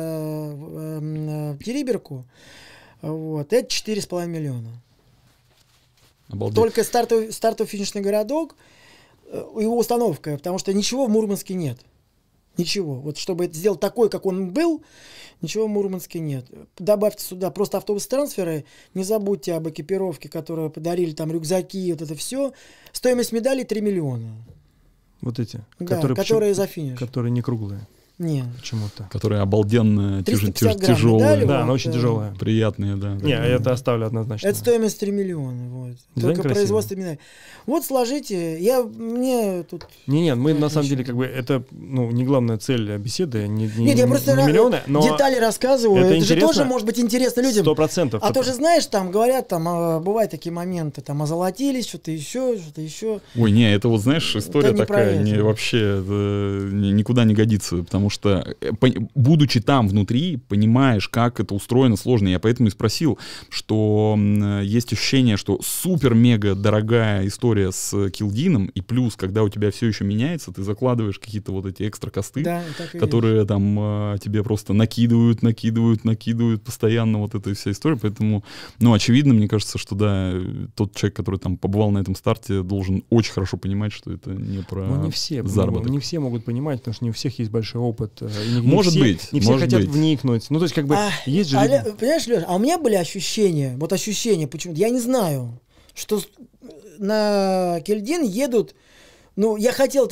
в Териберку, вот, это 4,5 миллиона.
Обалдеть.
Только стартово-финишный городок, его установка, потому что ничего в Мурманске нет. Ничего. Вот чтобы это сделать такой, как он был, ничего в Мурманске нет. Добавьте сюда просто автобус-трансферы, не забудьте об экипировке, которую подарили, там рюкзаки, вот это все. Стоимость медалей 3 миллиона.
Вот эти,
Да, которые за финиш.
которые не круглые.
Нет.
Почему-то.
Которые обалденно
350 грамм
тяжелые.
медали,
Да,
вот,
она очень тяжелая.
Приятные, да.
Не, это оставлю однозначно.
Это стоимость 3 миллиона. Вот.
Дизайн
Только
красивый.
производство медалей. Вот сложите, мне тут...
Не, мы на самом
Отлично.
деле, как бы, это, не главная цель беседы,
Нет, я просто
миллионы, но
детали рассказываю.
это
Это же
интересно.
тоже может быть интересно людям.
100%.
А то же знаешь, там говорят, там бывают такие моменты, там озолотились, что-то еще.
Ой, не, это вот, знаешь, история
не про
такая,
это.
вообще никуда не годится, потому что, будучи там внутри, понимаешь, как это устроено сложно. Я поэтому и спросил, что есть ощущение, что супер-мега дорогая история с Килдином, и плюс, когда у тебя все еще меняется, ты закладываешь какие-то вот эти экстра-косты,
Да, так и
которые там тебе просто накидывают постоянно вот эта вся история, поэтому, очевидно, мне кажется, что да, тот человек, который там побывал на этом старте, должен очень хорошо понимать, что это не про
Но не все,
заработок.
не все могут понимать, потому что не у всех есть большой опыт. И
Может быть,
Не все
может
хотят
быть.
вникнуть. Ну, то есть, как бы, есть же... люди-
понимаешь, Леш, а у меня были ощущения, почему-то, я не знаю, что на Кильдин едут, я хотел,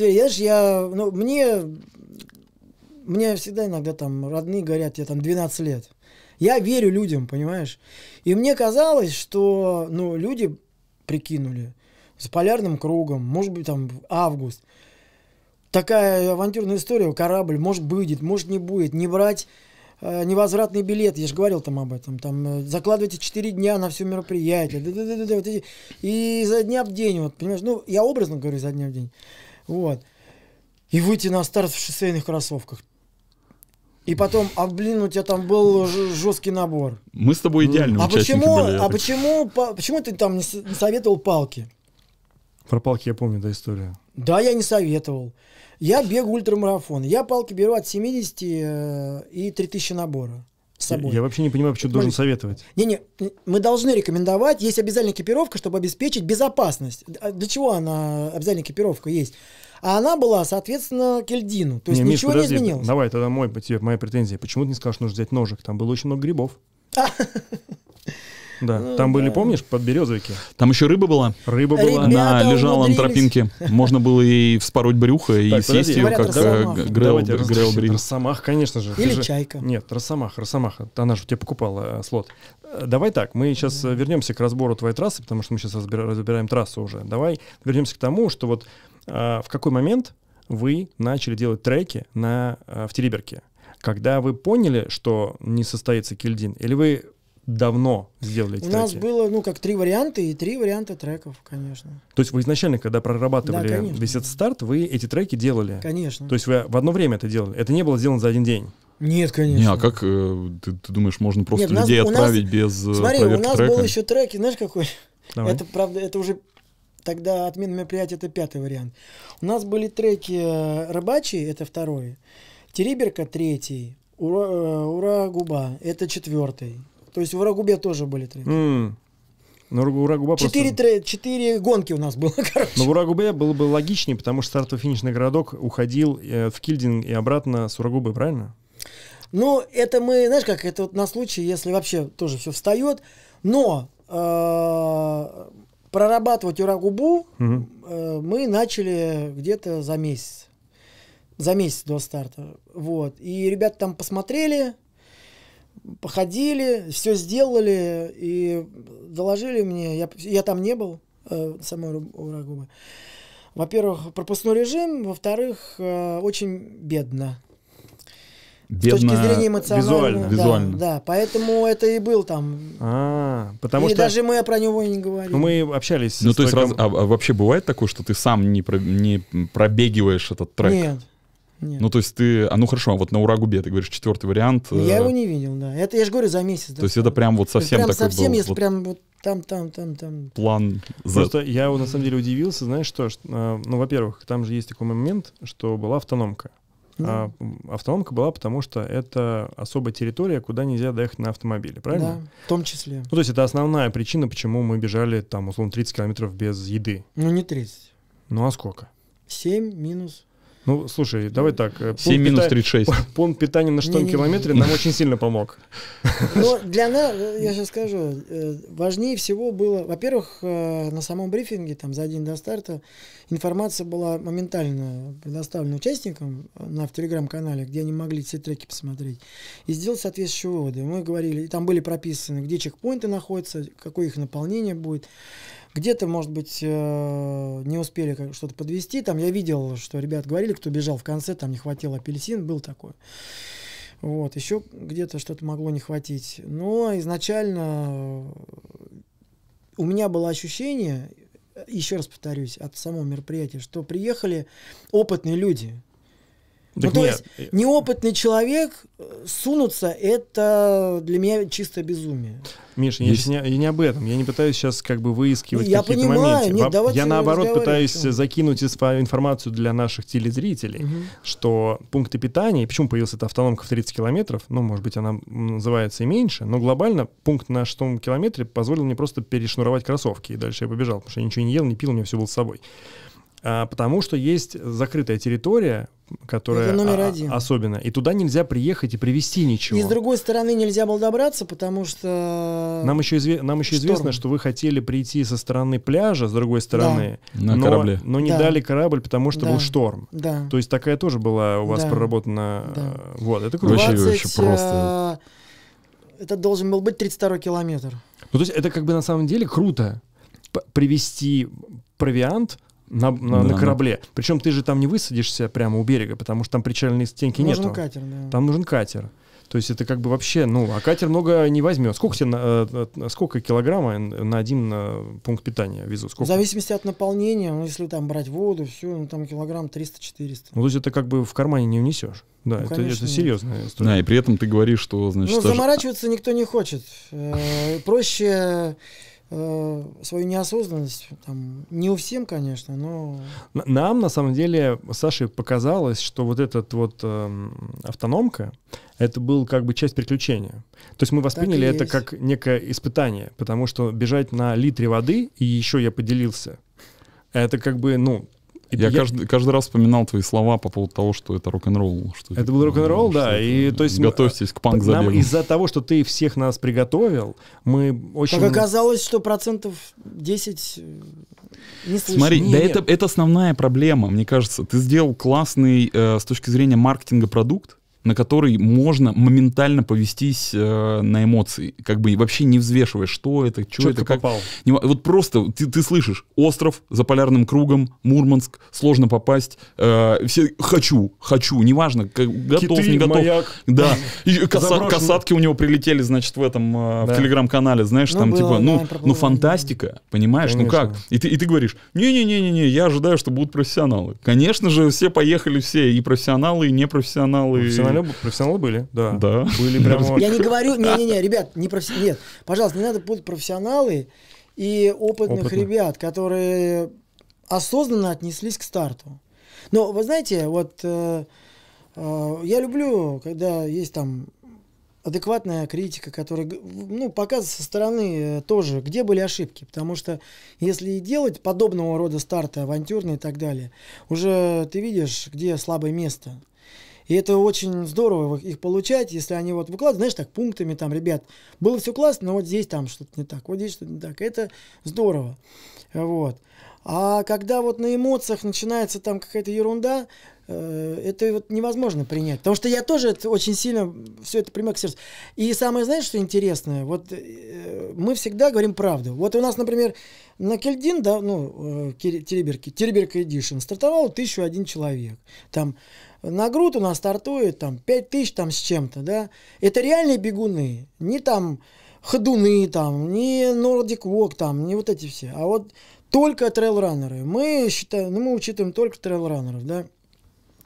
мне всегда иногда там родные говорят, я там 12 лет. Я верю людям, понимаешь? И мне казалось, что, люди прикинули с полярным кругом, может быть, там, август. Такая авантюрная история, корабль, может, будет, может, не будет, не брать невозвратный билет, я же говорил там об этом, там, закладывайте 4 дня на все мероприятие, вот эти, и изо дня в день, вот, понимаешь, я образно говорю, изо дня в день, вот, и выйти на старт в шоссейных кроссовках. И потом, у тебя там был жесткий набор.
Мы с тобой идеальные участники были.
Почему ты там не советовал палки?
Про палки я помню, да, историю.
Да, я не советовал. Я бегаю ультрамарафон. Я палки беру от 70 и 3000 набора с собой.
Я вообще не понимаю, почему ты должен советовать.
Не, мы должны рекомендовать. Есть обязательная экипировка, чтобы обеспечить безопасность. Для чего она, обязательная экипировка есть? А она была, соответственно, Кильдину. То есть
Миш,
ничего
подожди,
не изменилось.
Давай, тогда моя претензия. Почему ты не сказал, что нужно взять ножик? Там было очень много грибов. Да, там были, помнишь, подберезовики.
Там еще рыба была.
Рыба была.
Она
Ребята
лежала на
умудрились.
тропинке. Можно было ей вспороть брюхо и
Так,
съесть
подожди.
ее,
Говорят,
как
росомаха.
Давайте
Грэл Брин.
Росомах, конечно же.
Или
Ты же-
чайка.
Нет, Росомаха. Она же у тебя покупала слот. Давай так, мы сейчас вернемся к разбору твоей трассы, потому что мы сейчас разбираем трассу уже. Давай вернемся к тому, что вот в какой момент вы начали делать треки в Териберке? Когда вы поняли, что не состоится Кильдин? Или вы давно сделали эти
У
треки?
нас было, 3 варианта и 3 варианта треков, конечно.
То есть вы изначально, когда прорабатывали
Да, конечно.
весь этот старт, вы эти треки делали?
Конечно.
То есть вы в одно время это делали? Это не было сделано за один день?
Нет, конечно.
Не, а как ты думаешь, можно просто
Нет, у нас-
людей
у нас-
отправить без
Смотри, у
проверки
нас
трека?
был еще трек, и знаешь какой?
Давай.
Это, правда, это уже тогда отмена мероприятия, это 5-й вариант. У нас были треки «Рыбачий», это 2-й, «Териберка» 3-й, «Ура-Губа» это 4-й. То есть в «Ура-Губе» тоже были треки.
Ну, Ура-Губа просто...
4 гонки у нас было, короче.
Но в Ура-Губе было бы логичнее, потому что стартово-финишный городок уходил в Кильдин и обратно с Ура-Губы, правильно?
Это мы, знаешь, как это вот на случай, если вообще тоже все встает. Но прорабатывать Ура-Губу мы начали где-то за месяц. За месяц до старта. Вот. И ребята там посмотрели, походили, все сделали и доложили мне. Я там не был, самой Ура-Губы. Во-первых, пропускной режим, во-вторых, очень бедно.
Бедно
С точки зрения эмоционального.
визуально.
Да, поэтому это и был там.
Потому
И
что
даже мы про него и не говорили.
мы общались с
то есть
треком-
а вообще бывает такое, что ты сам не пробегиваешь этот трек?
Нет. Нет.
Ну, то есть ты... ну, хорошо, а вот на Урагубе, ты говоришь, 4-й вариант.
Я его не видел, да. Это, я же говорю, за месяц.
То есть это прям вот совсем такой
совсем,
был
если
вот
прям вот там.
план Z.
Просто я на самом деле удивился, знаешь что, ну, во-первых, там же есть такой момент, что была автономка. А автономка была, потому что это особая территория, куда нельзя доехать на автомобиле, правильно?
Да, в том числе.
Ну, то есть это основная причина, почему мы бежали там, условно, 30 километров без еды.
Ну, не 30.
Ну, а сколько?
7 минус.
Ну, слушай, давай так.
7 минус 36.
Пункт питания на 6 километре нам очень сильно помог.
Но для нас, я сейчас скажу, важнее всего было, во-первых, на самом брифинге, там, за день до старта, информация была моментально предоставлена участникам в телеграм-канале, где они могли все треки посмотреть и сделать соответствующие выводы. Мы говорили, и там были прописаны, где чекпоинты находятся, какое их наполнение будет. Где-то, может быть, не успели что-то подвести. Там я видел, что ребят говорили, кто бежал в конце, там не хватило апельсин, был такой. Вот, еще где-то что-то могло не хватить. Но изначально у меня было ощущение, еще раз повторюсь, от самого мероприятия, что приехали опытные люди.
Так
то
нет.
есть неопытный человек сунуться, это для меня чистое безумие.
Миша, я не об этом. Я не пытаюсь сейчас как бы выискивать
Я
какие-то
понимаю,
моменты.
нет, давайте
Я наоборот пытаюсь
разговаривать.
закинуть информацию для наших телезрителей, что пункты питания, и почему появилась эта автономка в 30 километров, ну, может быть, она называется и меньше, но глобально пункт на 6 километре позволил мне просто перешнуровать кроссовки, и дальше я побежал, потому что я ничего не ел, не пил, у меня все было с собой. Потому что есть закрытая территория, которая особенная, и туда нельзя приехать и привезти ничего.
И с другой стороны нельзя было добраться, потому что...
Нам еще известно, что вы хотели прийти со стороны пляжа, с другой стороны,
на корабле.
Но не дали корабль, потому что был шторм.
Да.
То есть такая тоже была у вас проработана.
Да.
Вот, это круто.
Вообще просто.
Это должен был быть 32-й километр.
Ну, то есть это как бы на самом деле круто привезти провиант на корабле. Причем ты же там не высадишься прямо у берега, потому что там причальной стенки нету.
Нужен катер, да.
Там нужен катер. То есть это как бы вообще, а катер много не возьмет. Сколько килограмма на один пункт питания везу? Сколько?
В зависимости от наполнения, если там брать воду, все, там килограмм 300-400.
Ну, то есть это как бы в кармане не унесешь. Да, это серьезная история.
Да, и при этом ты говоришь, что, значит...
заморачиваться никто не хочет. Проще... свою неосознанность, там, не у всем, конечно, но...
Нам, на самом деле, Саше показалось, что вот этот вот автономка, это был как бы часть приключения. То есть мы восприняли это как некое испытание, потому что бежать на литре воды, и еще я поделился, это как бы,
Я каждый раз вспоминал твои слова по поводу того, что это рок-н-ролл.
Это был рок-н-ролл, да. И, то есть,
готовьтесь к панк-забегу.
Из-за того, что ты всех нас приготовил, мы очень...
Так оказалось, что 10% не слышно.
Смотри, это основная проблема, мне кажется. Ты сделал классный с точки зрения маркетинга продукт, на который можно моментально повестись на эмоции, как бы вообще не взвешивая, что это, что это, как.
Попал.
Вот просто ты слышишь: остров за полярным кругом, Мурманск, сложно попасть, все хочу, неважно, готов,
Киты,
не готов.
Маяк.
Да. И касатки у него прилетели, значит, в телеграм-канале, знаешь, там типа, фантастика, понимаешь,
Конечно.
как? И ты говоришь: не, я ожидаю, что будут профессионалы. Конечно же, все поехали, все, и профессионалы, и непрофессионалы.
Профессионалы были, да.
Были
прямо...
Я не говорю, ребят, нет, пожалуйста, не надо путать профессионалы и опытных ребят, которые осознанно отнеслись к старту. Но вы знаете, вот я люблю, когда есть там адекватная критика, которая показывает со стороны тоже, где были ошибки. Потому что если делать подобного рода старты, авантюрные и так далее, уже ты видишь, где слабое место. И это очень здорово их получать, если они вот выкладывают, знаешь, так, пунктами, там, ребят, было все классно, но вот здесь там что-то не так, вот здесь что-то не так. Это здорово. Вот. А когда вот на эмоциях начинается там какая-то ерунда, это вот невозможно принять. Потому что я тоже очень сильно все это принимаю к сердцу. И самое, знаешь, что интересное? Вот мы всегда говорим правду. Вот у нас, например, на Кельдин, да, Тереберка Эдишн, стартовал 1001 человек. Там на груд у нас стартует там 5000 там с чем-то, да. Это реальные бегуны, не там ходуны, там, не Nordic Walk, там, не вот эти все, а вот только трейл-раннеры. Мы считаем, мы учитываем только трейл-раннеров, да.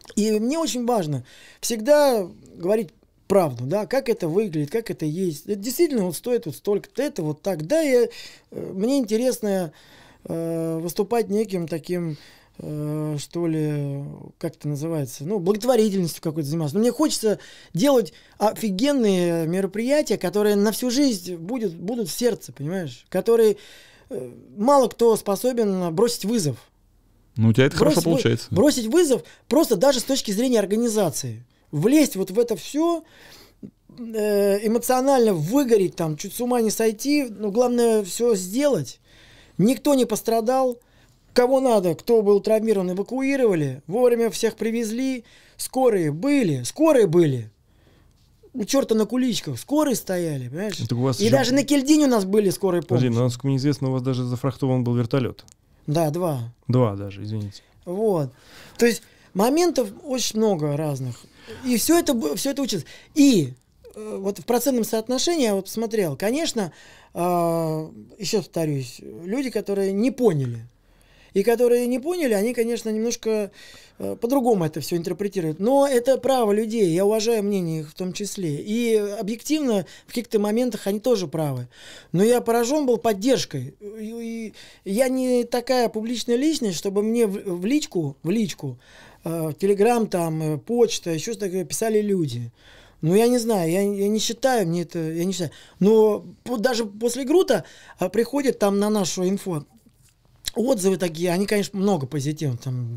И мне очень важно всегда говорить правду, да, как это выглядит, как это есть. Это действительно вот стоит вот столько-то, это вот так. Да, мне интересно выступать неким таким, что ли, как это называется, ну, благотворительностью какой-то заниматься. Но мне хочется делать офигенные мероприятия, которые на всю жизнь будут в сердце, понимаешь? Которые мало кто способен бросить вызов.
Ну, у тебя это хорошо получается.
Бросить вызов просто даже с точки зрения организации. Влезть вот в это все, эмоционально выгореть, там, чуть с ума не сойти, но главное все сделать. Никто не пострадал. Кого надо, кто был травмирован, эвакуировали. Вовремя всех привезли. Скорые были. У черта на куличках. Скорые стояли, понимаешь? И даже на Кельдине у нас были скорые помощи.
Подожди, насколько мне известно, у вас даже зафрахтован был вертолет.
Да, 2.
2 даже, извините.
Вот. То есть моментов очень много разных. И все это учится. И вот в процентном соотношении я вот посмотрел, конечно, еще повторюсь, люди, которые не поняли. И которые не поняли, они, конечно, немножко по-другому это все интерпретируют. Но это право людей, я уважаю мнение их в том числе. И объективно в каких-то моментах они тоже правы. Но я поражен был поддержкой. И я не такая публичная личность, чтобы мне в личку, Телеграм, там, почта, еще что-то такое писали люди. Ну, я не знаю, я не считаю, я не считаю. Но даже после Грута приходят там на нашу инфо отзывы такие, они, конечно, много позитивных, там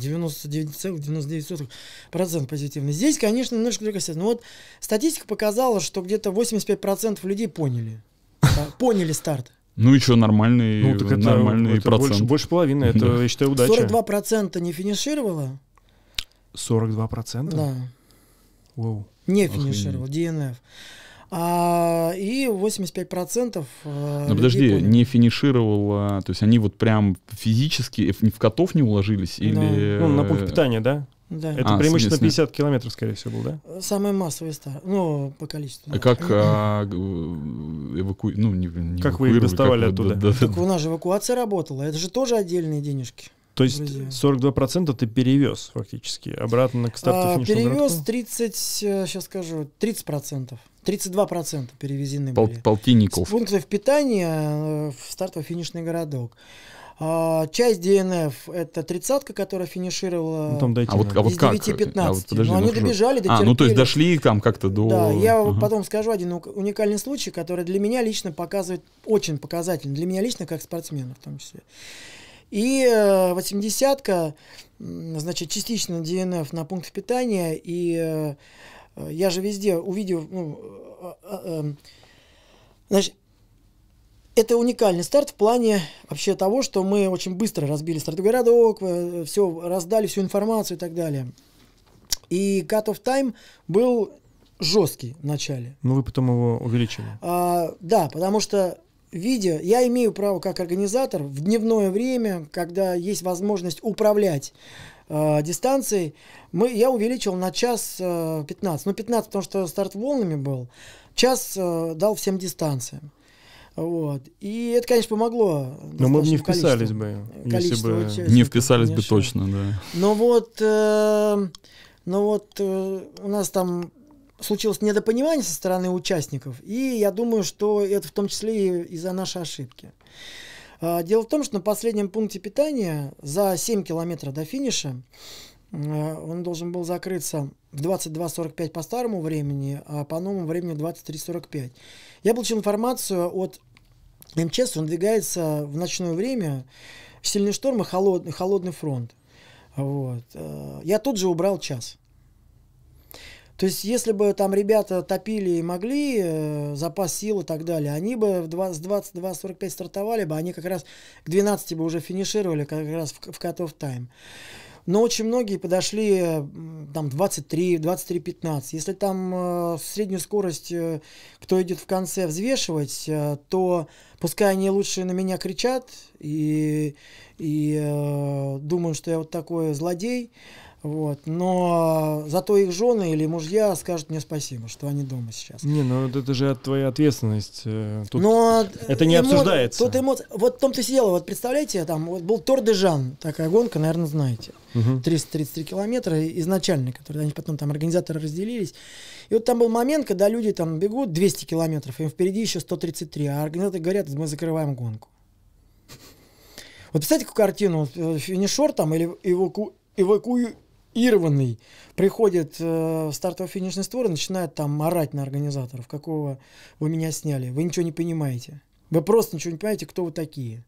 99,99% позитивных. Здесь, конечно, немножко другая ситуация. Но вот статистика показала, что где-то 85% людей поняли старт.
Ну, еще нормальный,
ну, так
нормальный
это
процент.
Больше половины, это, я считаю, удача.
42% не финишировало.
42%?
Да.
Воу.
Не финишировал, DNF. И 85%...
Ну, подожди, не финишировал, то есть они вот прям физически в котов не уложились? Или...
Ну, на пункт питания, да?
Да.
Это преимущественно 50 километров, скорее всего, был, да?
Самый массовый старт, ну, по количеству.
А как как
вы их доставали оттуда?
Так у нас же эвакуация работала, это же тоже отдельные денежки.
То есть 42% ты перевез фактически обратно к старту финишному
перевез
городку?
30%. 32% перевезены были.
Полтинников.
С пунктов питания в стартово-финишный городок. Часть DNF это 30-ка, которая финишировала
ну, там дойти
вот как?
из 9-15. Но они добежали, дотерпели.
Ну то есть дошли там как-то до...
Да, я потом скажу один уникальный случай, который для меня лично показывает, очень показательный, для меня лично как спортсмена в том числе. И 80-ка, значит, частично DNF на пункт питания, и я же везде увидел, значит, это уникальный старт в плане вообще того, что мы очень быстро разбили стартовой городок, все, раздали всю информацию и так далее. И cut-off time был жесткий в начале.
Ну, вы потом его увеличили.
Да, потому что я имею право как организатор в дневное время, когда есть возможность управлять дистанцией, я увеличил на час 15. Ну, 15, потому что старт волнами был. Час дал всем дистанциям. Вот. И это, конечно, помогло.
Но мы бы не вписались бы, если бы...
Не вписались бы точно, да.
Но вот у нас там случилось недопонимание со стороны участников, и я думаю, что это в том числе и из-за нашей ошибки. Дело в том, что на последнем пункте питания за 7 километров до финиша он должен был закрыться в 22:45 по старому времени, а по новому времени 23:45. Я получил информацию от МЧС, он двигается в ночное время, сильный шторм и холодный фронт. Вот. Я тут же убрал час. То есть, если бы там ребята топили и могли, запас сил и так далее, они бы с 22:45 стартовали бы, они как раз к 12 бы уже финишировали, как раз в cut-off time. Но очень многие подошли там 23-15. Если там среднюю скорость, кто идет в конце, взвешивать, то пускай они лучше на меня кричат и думают, что я вот такой злодей. Вот. Но зато их жены или мужья скажут мне спасибо, что они дома сейчас.
Не, ну это же твоя ответственность. Тут
Но
это не обсуждается.
Тут вот в том-то и дело. Вот представляете, там вот был Тур де Жан, такая гонка, наверное, знаете. 333 километра изначально, которые они потом там организаторы разделились. И вот там был момент, когда люди там бегут 200 километров, им впереди еще 133, а организаторы говорят, мы закрываем гонку. Вот представьте, какую картину, финишер там или эвакуированный приходит в стартово-финишный створ и начинает там орать на организаторов, какого вы меня сняли, вы ничего не понимаете. Вы просто ничего не понимаете, кто вы такие.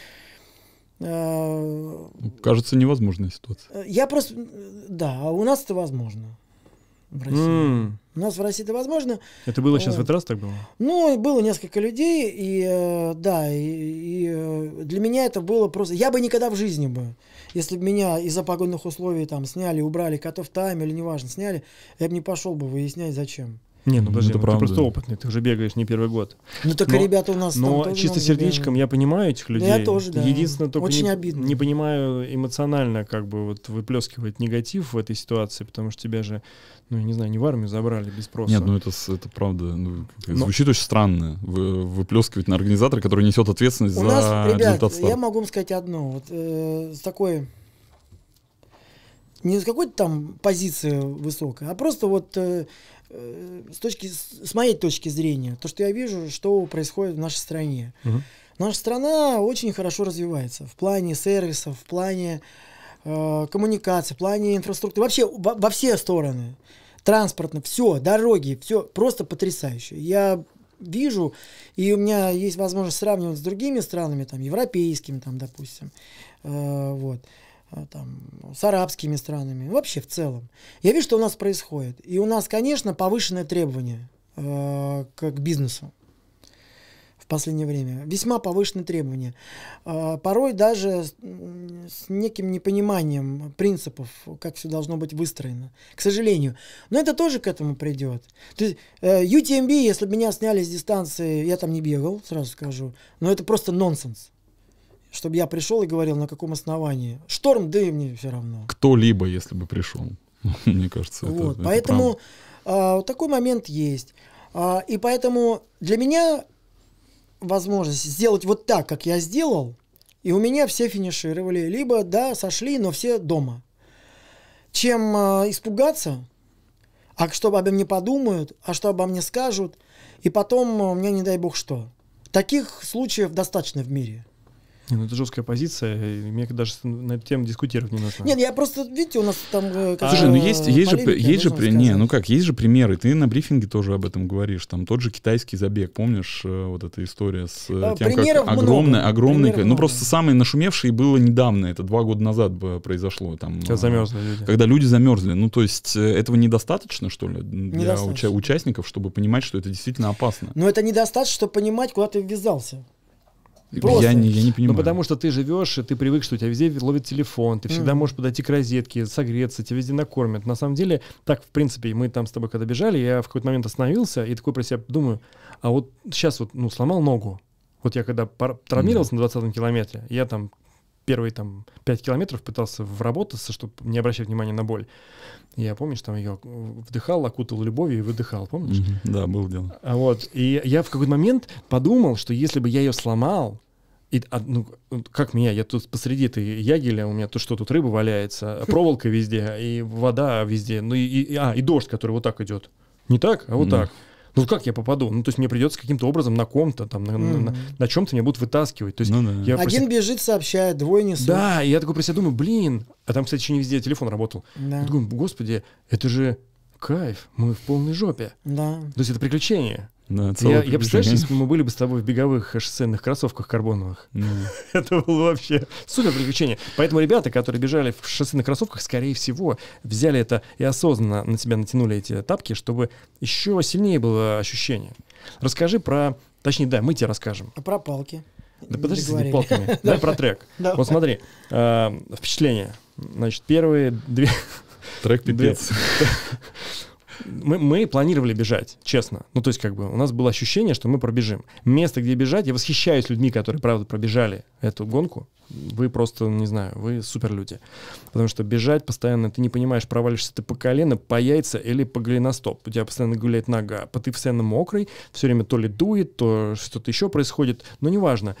Кажется, невозможная ситуация.
Я просто... Да, а у нас это возможно. В России. У нас в России это возможно.
Это было сейчас в этот раз так было?
Ну, было несколько людей, и да, и для меня это было просто... Я бы никогда в жизни бы, если бы меня из-за погодных условий там сняли, убрали cut-off time или неважно, сняли, я бы не пошел бы выяснять, зачем.
Не, ну подожди,
это
ты просто опытный, ты уже бегаешь не первый год.
Ну так и ребята у нас
но
там тоже
чисто сердечком я понимаю этих людей.
Я тоже, да.
Единственное, только
очень обидно.
Не понимаю эмоционально, как бы вот выплескивать негатив в этой ситуации, потому что тебя же, ну, я не знаю, не в армию забрали без спроса.
Нет, ну это правда, ну, звучит очень странно, выплескивать на организатора, который несет ответственность
у
за
нас, ребят,
результат старта.
Я могу вам сказать одно, вот с такой, не с какой-то там позиции высокой, а просто вот с моей точки зрения, то, что я вижу, что происходит в нашей стране. Наша страна очень хорошо развивается в плане сервисов, в плане коммуникации, в плане инфраструктуры, вообще во все стороны. Транспортно, все, дороги, все просто потрясающе. Я вижу, и у меня есть возможность сравнивать с другими странами, там, европейскими, там, допустим, вот. Там, с арабскими странами, вообще в целом. Я вижу, что у нас происходит. И у нас, конечно, повышенное требование к бизнесу в последнее время. Весьма повышенные требования. Порой даже с неким непониманием принципов, как все должно быть выстроено. К сожалению. Но это тоже к этому придет. То есть, UTMB, если бы меня сняли с дистанции, я там не бегал, сразу скажу. Но это просто нонсенс. Чтобы я пришел и говорил, на каком основании. Шторм, да и мне все равно.
Кто-либо, если бы пришел. Мне кажется,
вот,
это
поэтому такой момент есть. И поэтому для меня возможность сделать вот так, как я сделал, и у меня все финишировали. Либо, да, сошли, но все дома. Чем испугаться, а что обо мне подумают, а что обо мне скажут, и потом у меня не дай бог что. Таких случаев достаточно в мире.
Не, ну это жесткая позиция, и мне даже на эту тему дискутировать не нужно.
Нет, я просто, видите, у нас там...
Слушай, ну есть же примеры, ты на брифинге тоже об этом говоришь, там тот же китайский забег, помнишь, вот эта история с тем, как огромный, ну просто самый нашумевший было недавно, это 2 года назад произошло. Там,
сейчас замерзли люди.
Когда люди замерзли, ну то есть этого недостаточно, что ли, для участников, чтобы понимать, что это действительно опасно?
Но это недостаточно, чтобы понимать, куда ты ввязался.
Я не понимаю.
Ну, потому что ты живешь, и ты привык, что у тебя везде ловит телефон, ты всегда можешь подойти к розетке, согреться, тебя везде накормят. На самом деле, так, в принципе, мы там с тобой когда бежали, я в какой-то момент остановился и такой про себя думаю, а вот сейчас вот, ну, сломал ногу. Вот я когда травмировался на 20-м километре, я там первые там 5 километров пытался вработаться, чтобы не обращать внимания на боль. Я, помнишь, там ее вдыхал, окутал любовью и выдыхал, помнишь?
Да, было дело.
Вот. И я в какой-то момент подумал, что если бы я ее сломал, ну, как меня, я тут посреди этой ягеля, у меня то, что тут рыба валяется, проволока везде, и вода везде, ну и дождь, который вот так идет. Не так, а вот так. Ну как я попаду? Ну то есть мне придется каким-то образом на ком-то, там, на чем-то меня будут вытаскивать. То есть
один бежит, сообщает, двое несут.
Да, и я такой про себя думаю, блин, а там, кстати, еще не везде телефон работал. Я думаю, господи, это же кайф, мы в полной жопе.
Да.
То есть это приключение.
Да,
я представляю, если бы мы были бы с тобой в беговых шоссейных кроссовках карбоновых. Это было вообще супер приключение. Поэтому ребята, которые бежали в шоссейных кроссовках, скорее всего, взяли это и осознанно на себя натянули эти тапки, чтобы еще сильнее было ощущение. Расскажи про... Точнее, да, мы тебе расскажем.
А про палки?
Да подожди с этими палками. Давай про трек. Вот смотри, впечатления. Значит, первые 2...
Трек пипец.
Мы планировали бежать, честно. Ну, то есть, как бы, у нас было ощущение, что мы пробежим. Место, где бежать, я восхищаюсь людьми, которые, правда, пробежали эту гонку. Вы просто, не знаю, вы супер люди. Потому что бежать постоянно, ты не понимаешь, провалишься ты по колено, по яйца или по голеностоп. У тебя постоянно гуляет нога, ты постоянно мокрый, все время то ли дует, то что-то еще происходит, но неважно.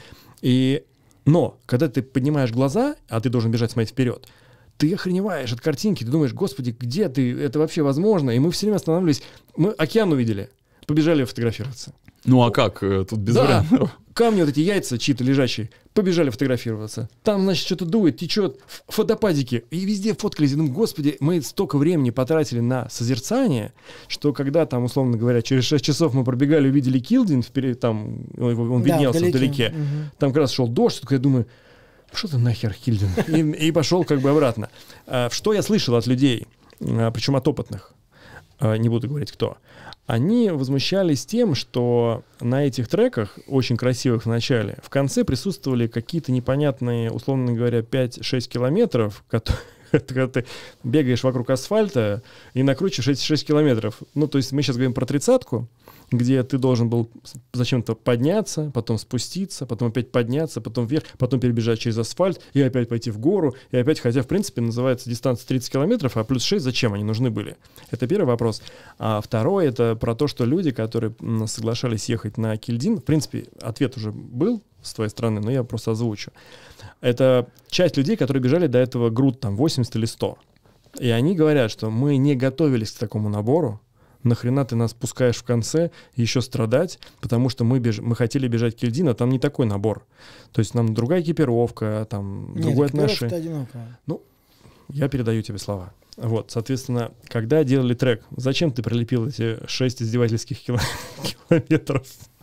Но, когда ты поднимаешь глаза, а ты должен бежать, смотреть вперед, ты охреневаешь от картинки, ты думаешь, господи, где ты, это вообще возможно? И мы все время останавливались, мы океан увидели, побежали фотографироваться.
Ну а как? Тут без вариантов.
Камни вот эти яйца чьи-то лежачие, побежали фотографироваться. Там, значит, что-то дует, течет, водопадики. И везде фоткались. Ну, господи, мы столько времени потратили на созерцание, что когда там, условно говоря, через 6 часов мы пробегали, увидели Килдин, там он виднелся вдалеке. Там как раз шел дождь, только я думаю, что ты нахер, Килдин? И пошел как бы обратно. Что я слышал от людей, причем от опытных, не буду говорить кто, они возмущались тем, что на этих треках, очень красивых в начале, в конце присутствовали какие-то непонятные, условно говоря, 5-6 километров, когда ты бегаешь вокруг асфальта и накручиваешь эти 6 километров. Ну, то есть мы сейчас говорим про 30-ку, где ты должен был зачем-то подняться, потом спуститься, потом опять подняться, потом вверх, потом перебежать через асфальт и опять пойти в гору, и опять, хотя в принципе называется дистанция 30 километров, а плюс 6 зачем они нужны были? Это первый вопрос. А второй — это про то, что люди, которые соглашались ехать на Кильдин, в принципе, ответ уже был с твоей стороны, но я просто озвучу. Это часть людей, которые бежали до этого груд там 80 или 100. И они говорят, что мы не готовились к такому набору, нахрена ты нас пускаешь в конце еще страдать, потому что мы хотели бежать Кильдин, а там не такой набор. То есть нам другая экипировка, там другое отношение. Ну, я передаю тебе слова. Вот, соответственно, когда делали трек, зачем ты прилепил эти 6 издевательских километров?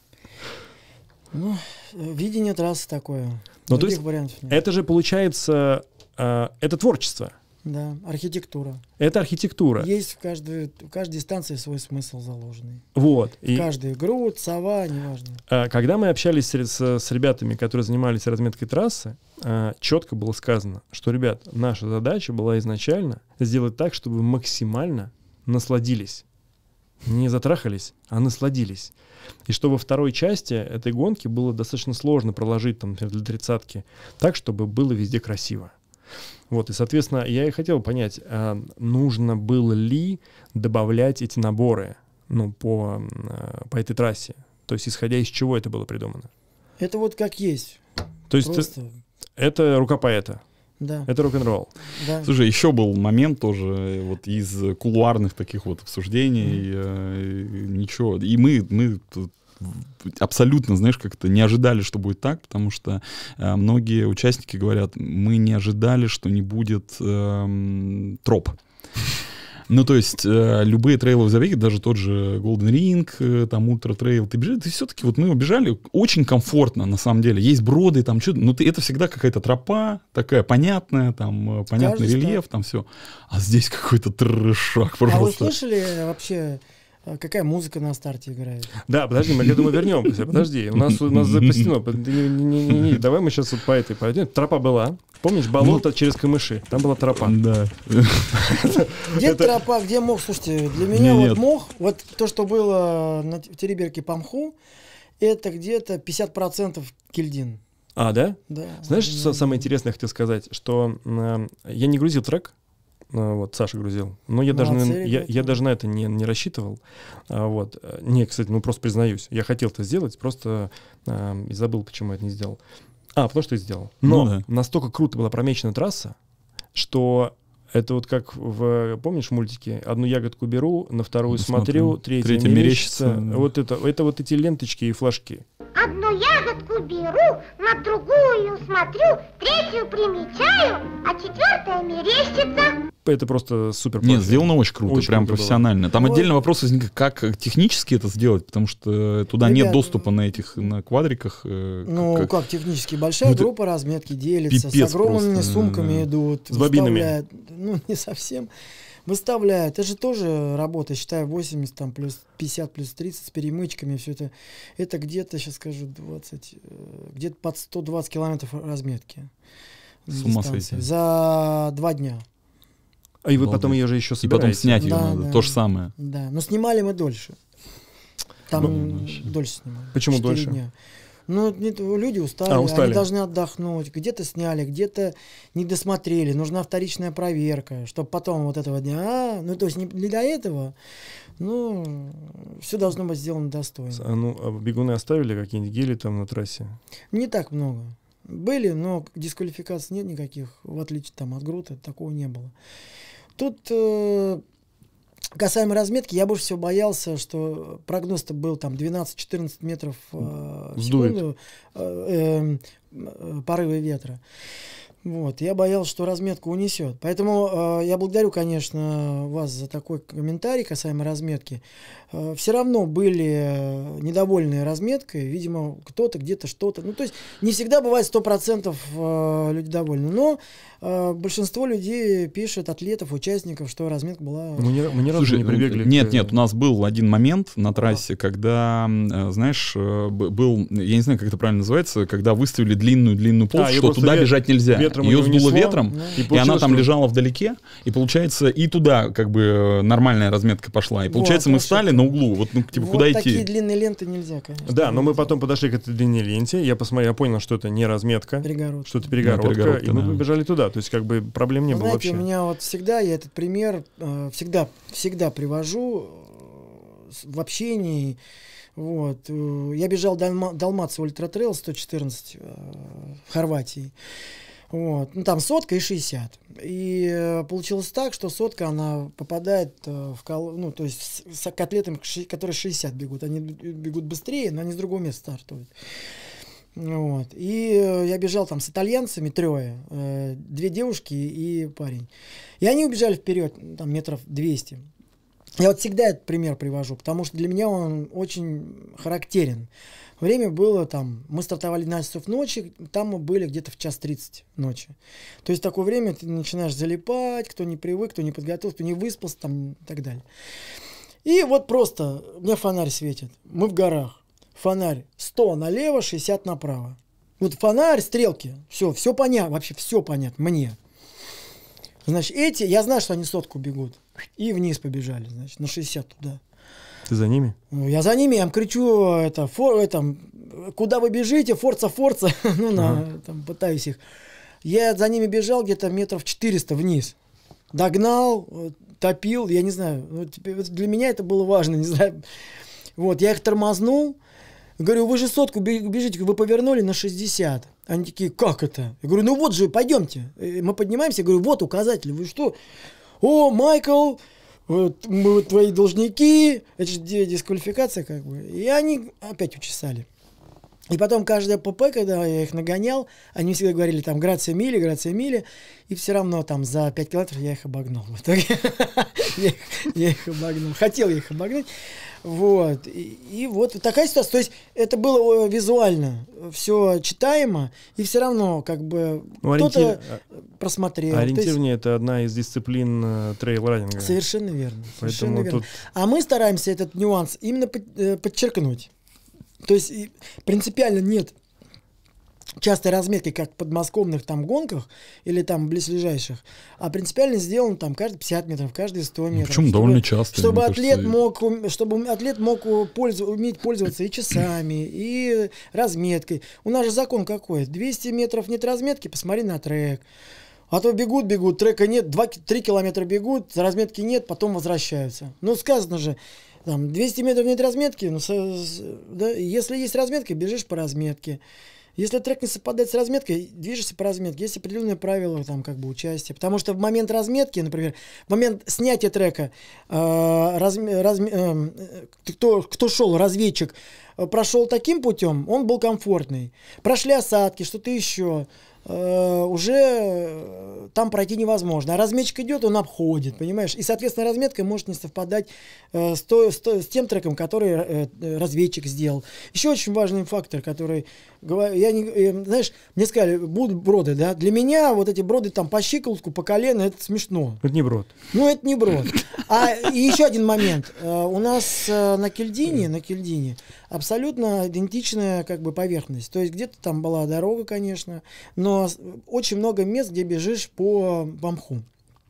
Ну, видение трассы такое.
Ну, то есть, это же получается, это творчество.
Да, архитектура.
Это архитектура.
Есть в каждой станции свой смысл заложенный.
Вот.
Каждый груд, сова, неважно.
Когда мы общались с ребятами, которые занимались разметкой трассы, четко было сказано, что, ребят, наша задача была изначально сделать так, чтобы вы максимально насладились. Не затрахались, а насладились. И что во второй части этой гонки было достаточно сложно проложить там, например, для 30-ки так, чтобы было везде красиво. Вот, и, соответственно, я и хотел понять, нужно было ли добавлять эти наборы, ну, по этой трассе? То есть, исходя из чего это было придумано?
Это вот как есть.
То есть, это рука поэта?
Да.
Это рок-н-ролл.
Да.
Слушай, еще был момент тоже вот из кулуарных таких вот обсуждений, ничего. И мы абсолютно, знаешь, как-то не ожидали, что будет так, потому что многие участники говорят, мы не ожидали, что не будет троп. Ну, то есть, любые трейловые забеги, даже тот же Golden Ring, там, Ультра Трейл, ты бежишь, ты все-таки, вот мы убежали очень комфортно, на самом деле. Есть броды, там, что-то, но это всегда какая-то тропа, такая понятная, там, понятный рельеф, там все. А здесь какой-то трешак просто.
А вы слышали вообще, какая музыка на старте играет?
Да, подожди, мы, я думаю, вернемся. Подожди, у нас запасено. Давай мы сейчас вот по этой пойдем. Тропа была. Помнишь, болото через камыши? Там была тропа.
Да.
Где тропа, где мох? Слушайте, для меня вот мох, вот то, что было на Териберке по мху, это где-то 50% Кильдин.
А, да?
Да.
Знаешь, что самое интересное я хотел сказать? Что я не грузил трек, вот, Саша грузил. Но я даже на это не рассчитывал. Вот. Не, кстати, ну просто признаюсь. Я хотел это сделать, просто и забыл, почему я это не сделал. Потому что я сделал. Но настолько круто была промечена трасса, что это вот как помнишь в мультике? Одну ягодку беру, на вторую смотрю, третья мерещится. Да. Вот это вот эти ленточки и флажки.
Одну ягодку беру, на другую смотрю, третью примечаю, а четвертая мерещится.
Это просто супер.
Нет, сделано очень круто, очень прям профессионально. Было. Там отдельный вопрос возник, как технически это сделать, потому что туда нет доступа на квадриках.
Ну, как технически? Большая группа разметки делится, с огромными сумками идут.
С бобинами.
Ну, не совсем. Выставляют. Это же тоже работа, считаю, 80, там, плюс 50, плюс 30 с перемычками. Все это. Это где-то, сейчас скажу, где-то под 120 километров разметки.
С ума сойти.
За 2 дня.
А и вы потом ее же еще
И потом
собираете.
снять ее
Да,
надо,
да.
то же самое.
Да, но снимали мы дольше. Там
вообще.
дольше снимали.
Почему
4
дольше?
дня. Ну, люди устали,
устали.
они должны отдохнуть. Где-то сняли, где-то не досмотрели. Нужна вторичная проверка, чтобы потом вот этого дня... ну, то есть не для этого, ну, все должно быть сделано достойно.
А бегуны оставили какие-нибудь гели там на трассе?
Не так много. Были, но дисквалификаций нет никаких, в отличие там от Грута, такого не было. Тут... касаемо разметки, я больше всего боялся, что прогноз-то был там 12-14 метров в секунду порывы ветра. Вот. Я боялся, что разметку унесет. Поэтому я благодарю, конечно, вас за такой комментарий касаемо разметки. Все равно были недовольные разметкой. Видимо, кто-то где-то что-то. Ну, то есть не всегда бывает 100% люди довольны. Но большинство людей пишет, атлетов, участников, что разметка была...
Мы ни разу
Слушай,
не прибегли
нет, у нас был один момент на трассе, когда, знаешь, был, я не знаю, как это правильно называется, когда выставили длинную полосу,
её
что
просто
туда бежать нельзя.
ветром
Ее
её
сдуло
унесло,
ветром,
и
и она
получилось,
там
что-
лежала вдалеке, и получается, и туда как бы нормальная разметка пошла. И получается, мы
хорошо.
встали на углу, вот ну, типа,
вот
куда
такие
идти?
длинные ленты нельзя, конечно.
Да, но мы потом подошли к этой длинной ленте, я посмотрел, я понял, что это не разметка,
Перегородка.
что это перегородка,
перегородка,
и мы
да.
побежали туда. То есть как бы проблем не
Вы
было
знаете,
вообще.
у меня вот всегда, я этот пример всегда привожу в общении. Вот. Я бежал Далмацию Ультра Трейл 114 в Хорватии. Вот. Ну, там 100 и 60. И получилось так, что 100 она попадает ну, то есть с атлетами, которые 60 бегут. Они бегут быстрее, но они с другого места стартуют. Вот. И я бежал там с итальянцами, 3, 2 девушки и парень. И они убежали вперед, там метров 200. Я вот всегда этот пример привожу, потому что для меня он очень характерен. Время было там, мы стартовали 12 часов ночи, там мы были где-то в 1:30 ночи. То есть в такое время ты начинаешь залипать, кто не привык, кто не подготовился, кто не выспался там, и так далее. И вот просто, у меня фонарь светит, мы в горах. Фонарь 100 налево, 60 направо. Вот фонарь, стрелки, все понятно, вообще все понятно мне. Значит, я знаю, что они 100 бегут. И вниз побежали, значит, на 60 туда.
Ты за ними?
Ну, я за ними, я им кричу, куда вы бежите, форца, ну, там, пытаюсь их. Я за ними бежал где-то метров 400 вниз. Догнал, топил, я не знаю, для меня это было важно, не знаю. Вот, я их тормознул, говорю, вы же 100 бежите, вы повернули на 60. Они такие, как это? Я говорю, ну вот же, пойдемте. Мы поднимаемся, я говорю, вот указатель, вы что? О, Майкл, вот, мы вот твои должники, это же дисквалификация как бы. И они опять учесали. И потом каждое ПП, когда я их нагонял, они всегда говорили там грация мили, и все равно там за 5 километров я их обогнал. В итоге я их обогнал. Хотел я их обогнать. Вот. И вот такая ситуация. То есть это было визуально все читаемо, и все равно как бы кто-то просмотрел.
Ориентирование — это одна из дисциплин трейл-раннинга.
Совершенно верно.
Поэтому тут...
А мы стараемся этот нюанс именно подчеркнуть. То есть принципиально нет частой разметки, как в подмосковных там гонках или там близлежащих, а принципиально сделан там каждые 50 метров, каждые 100 метров.
Причем довольно часто.
Чтобы атлет мог уметь пользоваться и часами, и разметкой. У нас же закон какой? 200 метров нет разметки, посмотри на трек. А то бегут, трека нет, 2-3 километра бегут, разметки нет, потом возвращаются. Ну, сказано же, там, 200 метров нет разметки, да, если есть разметка, бежишь по разметке. Если трек не совпадает с разметкой, движешься по разметке. Есть определенные правила там, как бы, участия. Потому что в момент разметки, например, в момент снятия трека, кто шел, разведчик, прошел таким путем, он был комфортный. Прошли осадки, что-то еще. Уже там пройти невозможно. А разметчик идет, он обходит, понимаешь? И, соответственно, разметка может не совпадать с тем треком, который разведчик сделал. Еще очень важный фактор, который, знаешь, мне сказали, будут броды, да? Для меня вот эти броды там по щиколотку, по колено, это смешно.
Это не брод.
Ну, это не брод. И еще один момент. У нас на Кильдине абсолютно идентичная как бы поверхность. То есть где-то там была дорога, конечно, но очень много мест, где бежишь по мху.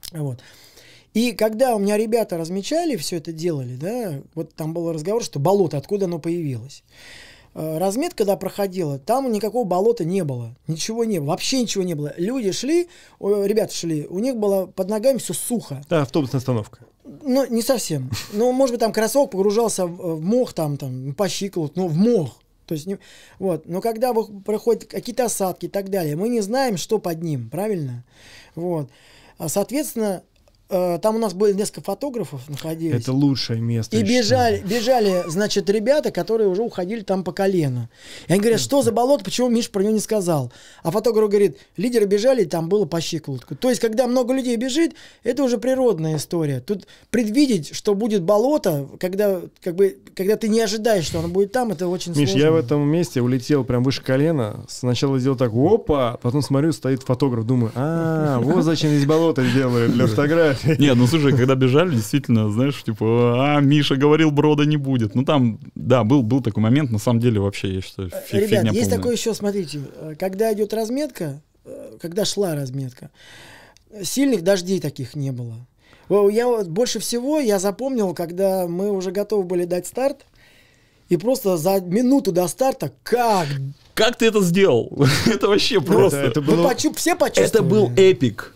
Вот. И когда у меня ребята размечали, все это делали, да, вот там был разговор, что болото, откуда оно появилось. Разметка, когда проходила, там никакого болота не было, ничего не было, вообще ничего не было. Люди шли, ребята шли, у них было под ногами все сухо.
Да, автобусная остановка.
Ну, не совсем. Ну, может быть, там кроссовок погружался в мох, там по щиколотку, но в мох. То есть, вот. Но когда проходят какие-то осадки и так далее, мы не знаем, что под ним, правильно? Вот. Соответственно, там у нас были несколько фотографов находились.
Это лучшее место.
И бежали, значит, ребята, которые уже уходили там по колено. И они говорят, что за болото, почему Миша про него не сказал? А фотограф говорит, лидеры бежали, и там было по щиколотку. То есть, когда много людей бежит, это уже природная история. Тут предвидеть, что будет болото, когда ты не ожидаешь, что оно будет там, это очень сложно.
Миш, я в этом месте улетел прям выше колена. Сначала сделал так, опа, потом смотрю, стоит фотограф, думаю, вот зачем здесь болото делают для фотографии.
Нет, ну слушай, когда бежали, действительно, знаешь, типа, Миша говорил, брода не будет. Ну там, да, был такой момент, на самом деле вообще, я считаю, фигня полная.
Ребят, есть такое еще, смотрите, когда идет разметка, когда шла разметка, сильных дождей таких не было. Больше всего я запомнил, когда мы уже готовы были дать старт, и просто за минуту до старта,
Как ты это сделал? Это вообще просто...
Это было...
все почувствовали.
Это был эпик.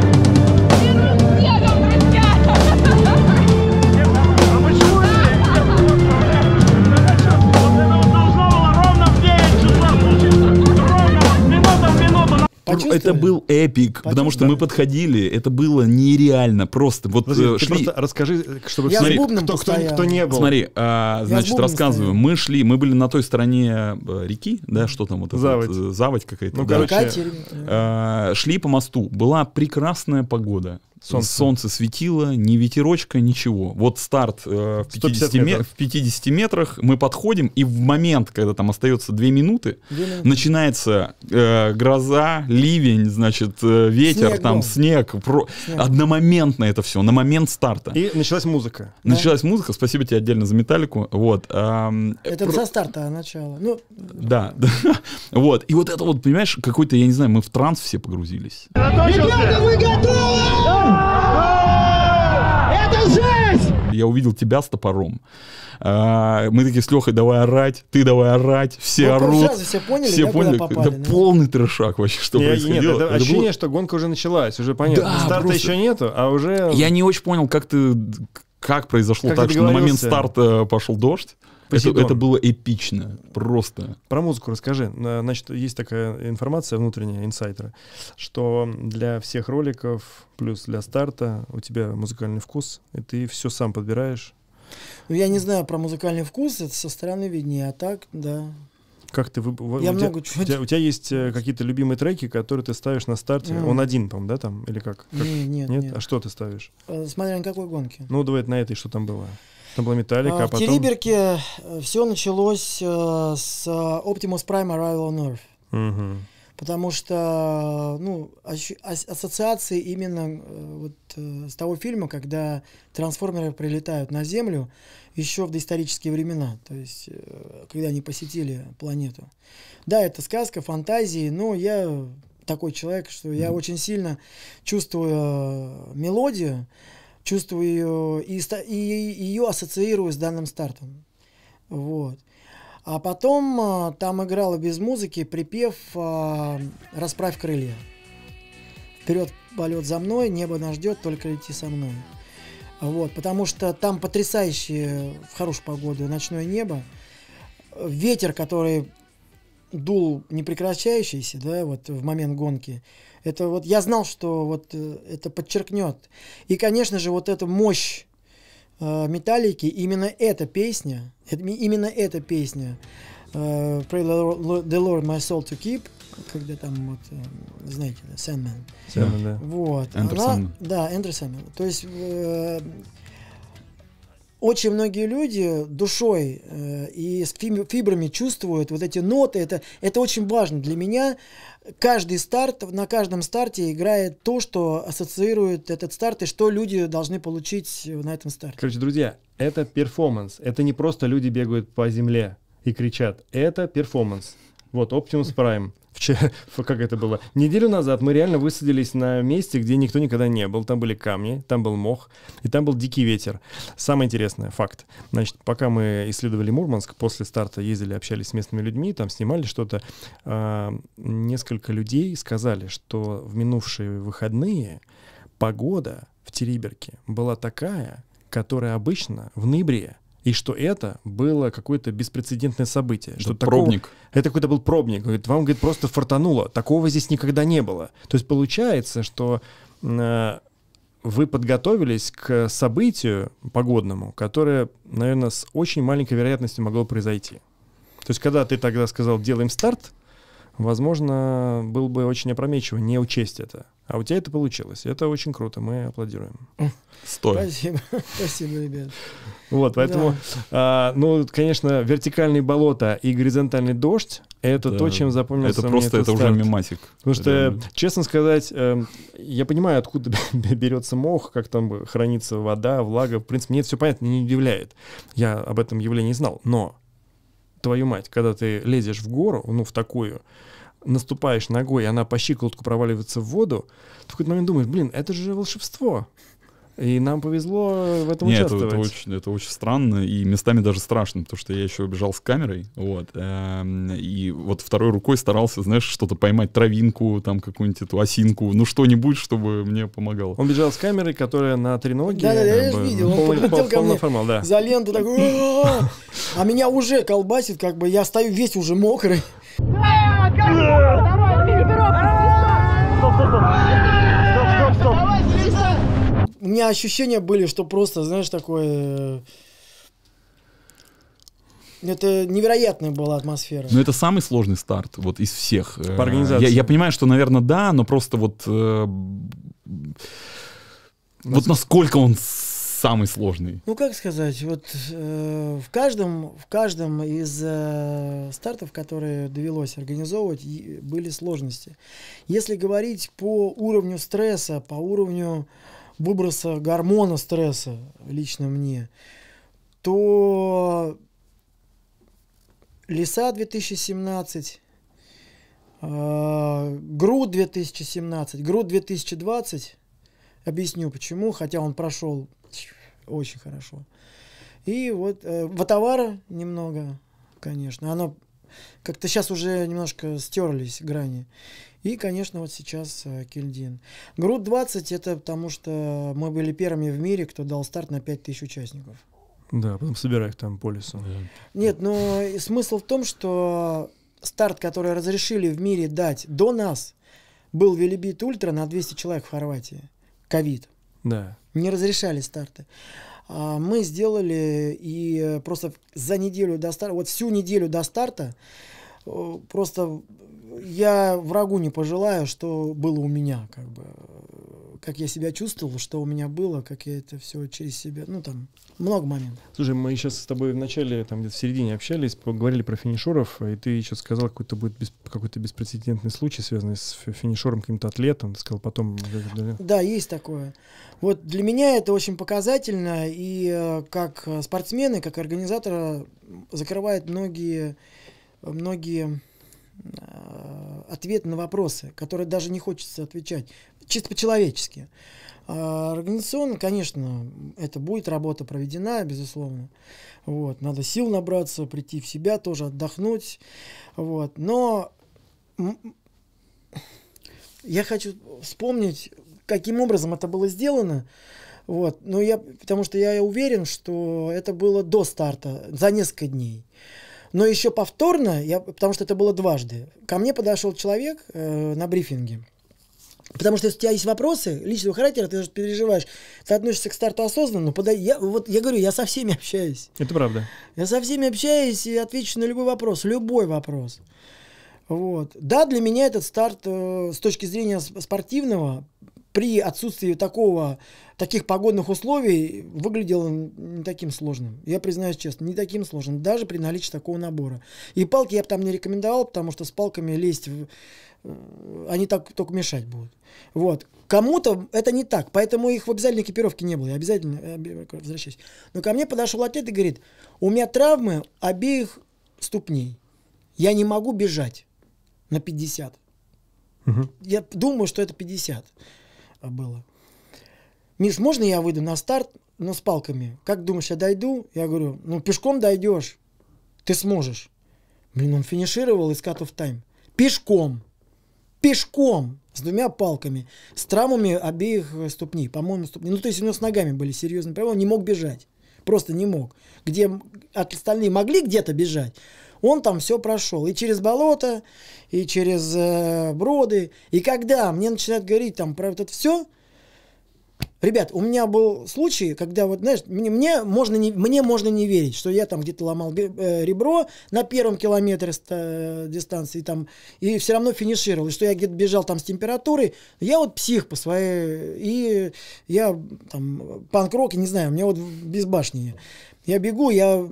Это был эпик, потому что мы подходили, это было нереально, просто вот
Подожди,
шли...
Просто расскажи, чтобы
Я
смотри,
с бубном
кто не был.
Смотри, значит, рассказываю, мы были на той стороне реки, да, что там вот это, заводь какая-то.
Ну,
да.
короче,
шли по мосту, была прекрасная погода. Солнце светило, ни ветерочка, ничего. Вот старт в 50 метрах, мы подходим, и в момент, когда там остается 2 минуты, начинается гроза, ливень, значит, ветер, снег. Одномоментно это все, на момент старта.
И началась музыка.
Началась музыка, спасибо тебе отдельно за металлику. Вот.
Это со старта, начало. Ну,
да. Вот. И вот это вот, понимаешь, какой-то, я не знаю, мы в транс все погрузились.
Ребята, вы готовы? Это жесть!
Я увидел тебя с топором. Мы такие с Лехой, давай орать, ты давай орать, все орут.
Все поняли, попали,
это полный трешак вообще, что происходило.
Нет, это ощущение, что гонка уже началась, уже понятно.
Да,
старта
просто...
еще нету, а уже...
Я не очень понял, как произошло так, что на момент старта пошел дождь. Это было эпично, просто.
Про музыку расскажи. Значит, есть такая информация внутренняя, инсайдера, что для всех роликов, плюс для старта, у тебя музыкальный вкус, и ты все сам подбираешь.
Ну, я не знаю про музыкальный вкус, это со стороны виднее, а так, да.
Как ты
у тебя
есть какие-то любимые треки, которые ты ставишь на старте? Он один, по-моему, да, там? Или как?
Нет.
А что ты ставишь?
Смотря на какой гонке.
Ну, давай на этой, что там было. Там была Металлика, а потом...
В Териберке все началось с Optimus Prime Arrival on Earth.
Угу.
Потому что, ассоциации именно вот с того фильма, когда трансформеры прилетают на Землю еще в доисторические времена, то есть когда они посетили планету. Да, это сказка, фантазии, но я такой человек, что я очень сильно чувствую мелодию, чувствую ее и ее ассоциирую с данным стартом. Вот. А потом там играла без музыки припев «Расправь крылья». Вперед, полет за мной, небо нас ждет, только лети со мной. Вот, потому что там потрясающее в хорошую погоду ночное небо, ветер, который дул непрекращающийся, да, вот в момент гонки. Это вот я знал, что вот это подчеркнет. И, конечно же, вот эта мощь Металлики, именно эта песня, Pray the Lord my soul to keep, когда там вот, знаете, Sandman.
Да.
Вот.
Enter Sandman.
Да, Enter Sandman. То есть очень многие люди душой и с фибрами чувствуют вот эти ноты. Это очень важно для меня. Каждый старт, на каждом старте играет то, что ассоциирует этот старт и что люди должны получить на этом старте.
Короче, друзья, это перформанс. Это не просто люди бегают по земле и кричат. Это перформанс. Вот, Optimus Prime. Как это было? Неделю назад мы реально высадились на месте, где никто никогда не был. Там были камни, там был мох, и там был дикий ветер. Самое интересное, факт. Значит, пока мы исследовали Мурманск, после старта ездили, общались с местными людьми, там снимали что-то, несколько людей сказали, что в минувшие выходные погода в Териберке была такая, которая обычно в ноябре. И что это было какое-то беспрецедентное событие. Что
пробник.
Это какой-то был пробник. Говорит, вам, говорит, просто фартануло. Такого здесь никогда не было. То есть получается, что вы подготовились к событию погодному, которое, наверное, с очень маленькой вероятностью могло произойти. То есть когда ты тогда сказал «делаем старт», возможно, было бы очень опрометчиво не учесть это. А у тебя это получилось. Это очень круто. Мы аплодируем.
Стоит.
Спасибо. Спасибо, ребят.
Вот, поэтому, ну, конечно, вертикальные болота и горизонтальный дождь — это то, чем запомнился
это
мне
просто,
этот
это
старт.
уже мемасик.
Потому что, честно сказать, я понимаю, откуда берется мох, как там хранится вода, влага. В принципе, мне это все понятно, не удивляет. Я об этом явлении знал. Но, твою мать, когда ты лезешь в гору, ну, в такую, наступаешь ногой, и она по щиколотку проваливается в воду, ты в какой-то момент думаешь, блин, это же волшебство. И нам повезло в этом участвовать.
Это очень странно и местами даже страшно, потому что я еще бежал с камерой, вот, и вот второй рукой старался, знаешь, что-то поймать, травинку, там какую-нибудь эту осинку, ну что-нибудь, чтобы мне помогало.
Он бежал с камерой, которая на треноге.
Да, я же видел, он подлетел ко мне
формал, да.
за ленту такой, а меня уже колбасит, как бы я стою весь уже мокрый. У меня ощущения были, что просто, знаешь, такое... Это невероятная была атмосфера.
Но это самый сложный старт вот из всех.
По организации.
Я понимаю, что, наверное, да, но просто вот насколько он самый сложный.
Ну, как сказать, вот в каждом из стартов, которые довелось организовывать, были сложности. Если говорить по уровню стресса, по уровню выброса гормона стресса, лично мне, то Лиса 2017, Груд 2017, Груд 2020, объясню почему, хотя он прошел очень хорошо. И вот Ватавара немного, конечно, оно как-то сейчас уже немножко стерлись грани. И, конечно, вот сейчас Кильдин. Груд 20 это потому, что мы были первыми в мире, кто дал старт на 5000 участников.
Да, потом собирай их там по лесу.
Нет, но смысл в том, что старт, который разрешили в мире дать до нас, был Велибит Ультра на 200 человек в Хорватии. Ковид.
Да.
Не разрешали старты. Мы сделали и просто за неделю до старта, вот всю неделю до старта, просто я врагу не пожелаю, что было у меня, как бы, как я себя чувствовал, что у меня было, как я это все через себя, ну там много моментов.
Слушай, мы сейчас с тобой в начале, там где-то в середине общались, поговорили про финишеров, и ты еще сказал, какой-то будет какой-то беспрецедентный случай, связанный с финишером, каким-то атлетом, ты сказал потом...
Да, есть такое. Вот для меня это очень показательно, и как спортсмены, как организатора закрывает многие ответы на вопросы, которые даже не хочется отвечать, чисто по-человечески. Организационно, конечно, это будет работа проведена, безусловно. Вот. Надо сил набраться, прийти в себя, тоже отдохнуть. Вот. Но я хочу вспомнить, каким образом это было сделано. Вот. Но потому что я уверен, что это было до старта, за несколько дней. Но еще повторно, потому что это было дважды, ко мне подошел человек на брифинге. Потому что если у тебя есть вопросы личного характера, ты даже переживаешь, ты относишься к старту осознанно, я говорю, я со всеми общаюсь.
Это правда.
Я со всеми общаюсь и отвечу на любой вопрос, Вот. Да, для меня этот старт с точки зрения спортивного, при отсутствии таких погодных условий выглядел не таким сложным. Я признаюсь честно, не таким сложным, даже при наличии такого набора. И палки я бы там не рекомендовал, потому что с палками лезть, они только мешать будут. Вот. Кому-то это не так, поэтому их в обязательной экипировке не было. Я обязательно возвращаюсь. Но ко мне подошел атлет и говорит, у меня травмы обеих ступней. Я не могу бежать на 50. Я думаю, что это 50 было. Миш, можно я выйду на старт, но с палками? Как думаешь, я дойду? Я говорю, ну пешком дойдешь. Ты сможешь. Блин, он финишировал из cut-off time. Пешком. Пешком. С 2 палками. С травмами обеих ступней. По-моему, ступни. Ну, то есть у него с ногами были серьезные проблемы. Он не мог бежать. Просто не мог. Где остальные могли где-то бежать, он там все прошел. И через болото, и через броды. И когда мне начинают говорить там про вот это все... Ребят, у меня был случай, когда, вот, знаешь, мне можно не верить, что я там где-то ломал ребро на 1 километре дистанции там, и все равно финишировал, и что я где-то бежал там с температурой. Я вот псих по своей, и я там панк-рок, не знаю, у меня вот без башни. Я бегу,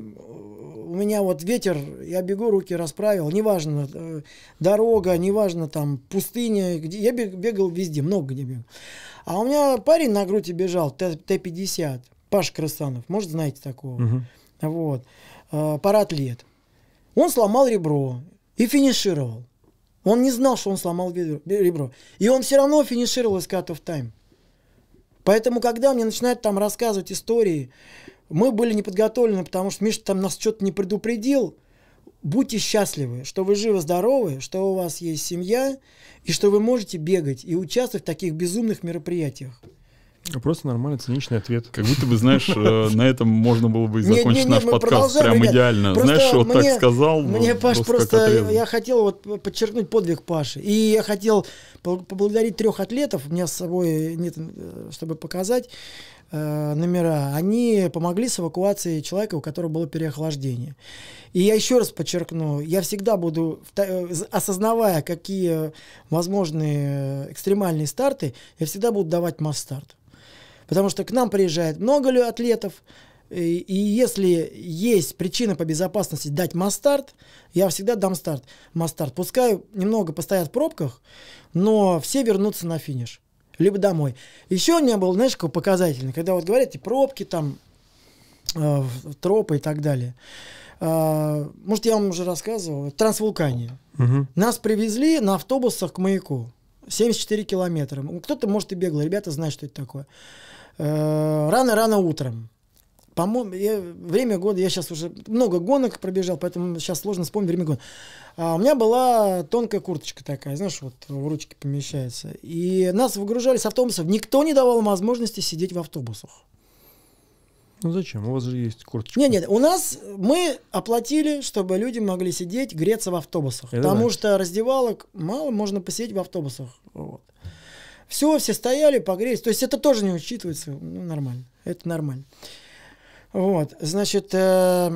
у меня вот ветер, я бегу, руки расправил, неважно, дорога, неважно, там, пустыня, где, я бегал везде, много где бегал. А у меня парень на груди бежал, Т-50, Паша Красанов, может, знаете такого, вот, паратлет. Он сломал ребро и финишировал. Он не знал, что он сломал ребро. И он все равно финишировал из cut-off time. Поэтому, когда мне начинают там рассказывать истории, мы были не подготовлены, потому что Миша там нас что-то не предупредил. Будьте счастливы, что вы живы-здоровы, что у вас есть семья, и что вы можете бегать и участвовать в таких безумных мероприятиях.
Просто нормальный, циничный ответ.
Как будто бы, знаешь, на этом можно было бы закончить наш подкаст прям идеально. Знаешь, вот так сказал.
Мне, Паш, просто я хотел вот подчеркнуть подвиг Паши. И я хотел поблагодарить 3 атлетов, у меня с собой нет, чтобы показать номера. Они помогли с эвакуацией человека, у которого было переохлаждение. И я еще раз подчеркну, я всегда буду, осознавая, какие возможные экстремальные старты, я всегда буду давать масс-старт. Потому что к нам приезжает много атлетов, и если есть причина по безопасности дать масс-старт, я всегда дам масс-старт. Пускай немного постоят в пробках, но все вернутся на финиш. Либо домой. Еще у меня был, знаешь, какой показательный, когда вот говорят, пробки, там, тропы и так далее. Может, я вам уже рассказывал. Трансвулкания. Нас привезли на автобусах к маяку. 74 километра. Кто-то, может, и бегал. Ребята знают, что это такое. Рано-рано утром. По-моему, время года, я сейчас уже много гонок пробежал, поэтому сейчас сложно вспомнить время года. У меня была тонкая курточка такая, знаешь, вот в ручке помещается. И нас выгружали с автобусов. Никто не давал возможности сидеть в автобусах.
Ну зачем? У вас же есть курточка.
Нет, у нас мы оплатили, чтобы люди могли сидеть, греться в автобусах. Потому что раздевалок мало, можно посидеть в автобусах. Вот. Все стояли, погрелись. То есть это тоже не учитывается. Ну, нормально. Это нормально. Вот, значит, так,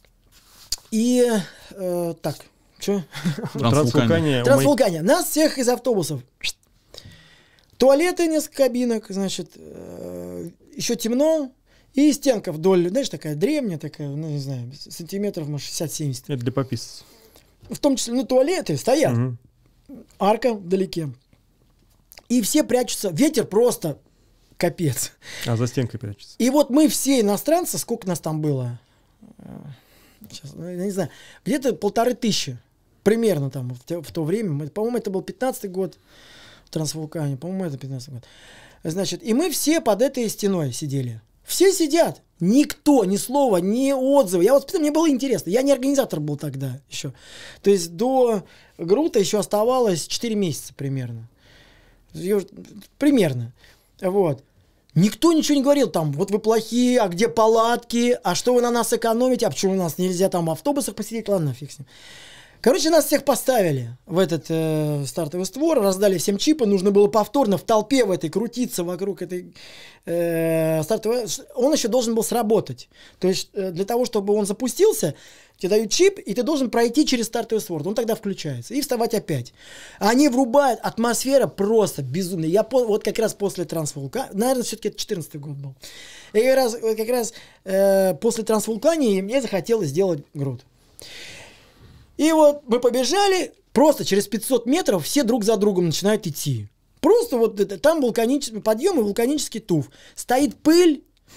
что?
Трансвулкания.
Трансвулкания. Нас всех из автобусов. Туалеты, несколько кабинок, значит, еще темно. И стенка вдоль, знаешь, такая древняя, такая, ну, не знаю, сантиметров, может, 60-70.
Это для пописаться.
В том числе, туалеты стоят. Арка вдалеке. И все прячутся. Ветер просто... Капец.
А за стенкой прячется.
И вот мы все иностранцы, сколько нас там было? Сейчас, я не знаю, где-то 1500. Примерно там в то время. По-моему, это был 15-й год в Трансвулкане. По-моему, это 15-й год. Значит, и мы все под этой стеной сидели. Все сидят. Никто, ни слова, ни отзыва. Я вот, мне было интересно. Я не организатор был тогда еще. То есть до Грута еще оставалось 4 месяца примерно. Примерно. Вот. Никто ничего не говорил, там, вот вы плохие, а где палатки, а что вы на нас экономите, а почему у нас нельзя там в автобусах посидеть, ладно, фиг с ним. Короче, нас всех поставили в этот стартовый створ, раздали всем чипы, нужно было повторно в толпе в этой крутиться вокруг этой стартовой, он еще должен был сработать. То есть для того, чтобы он запустился, тебе дают чип, и ты должен пройти через стартовый створ. Он тогда включается. И вставать опять. Они врубают. Атмосфера просто безумная. Я вот как раз после Трансвулкана, наверное, все-таки это 14-й год был. И как раз после Трансвулкании мне захотелось сделать груд. И вот мы побежали, просто через 500 метров все друг за другом начинают идти. Просто вот там вулканический подъем и вулканический туф. Стоит пыль,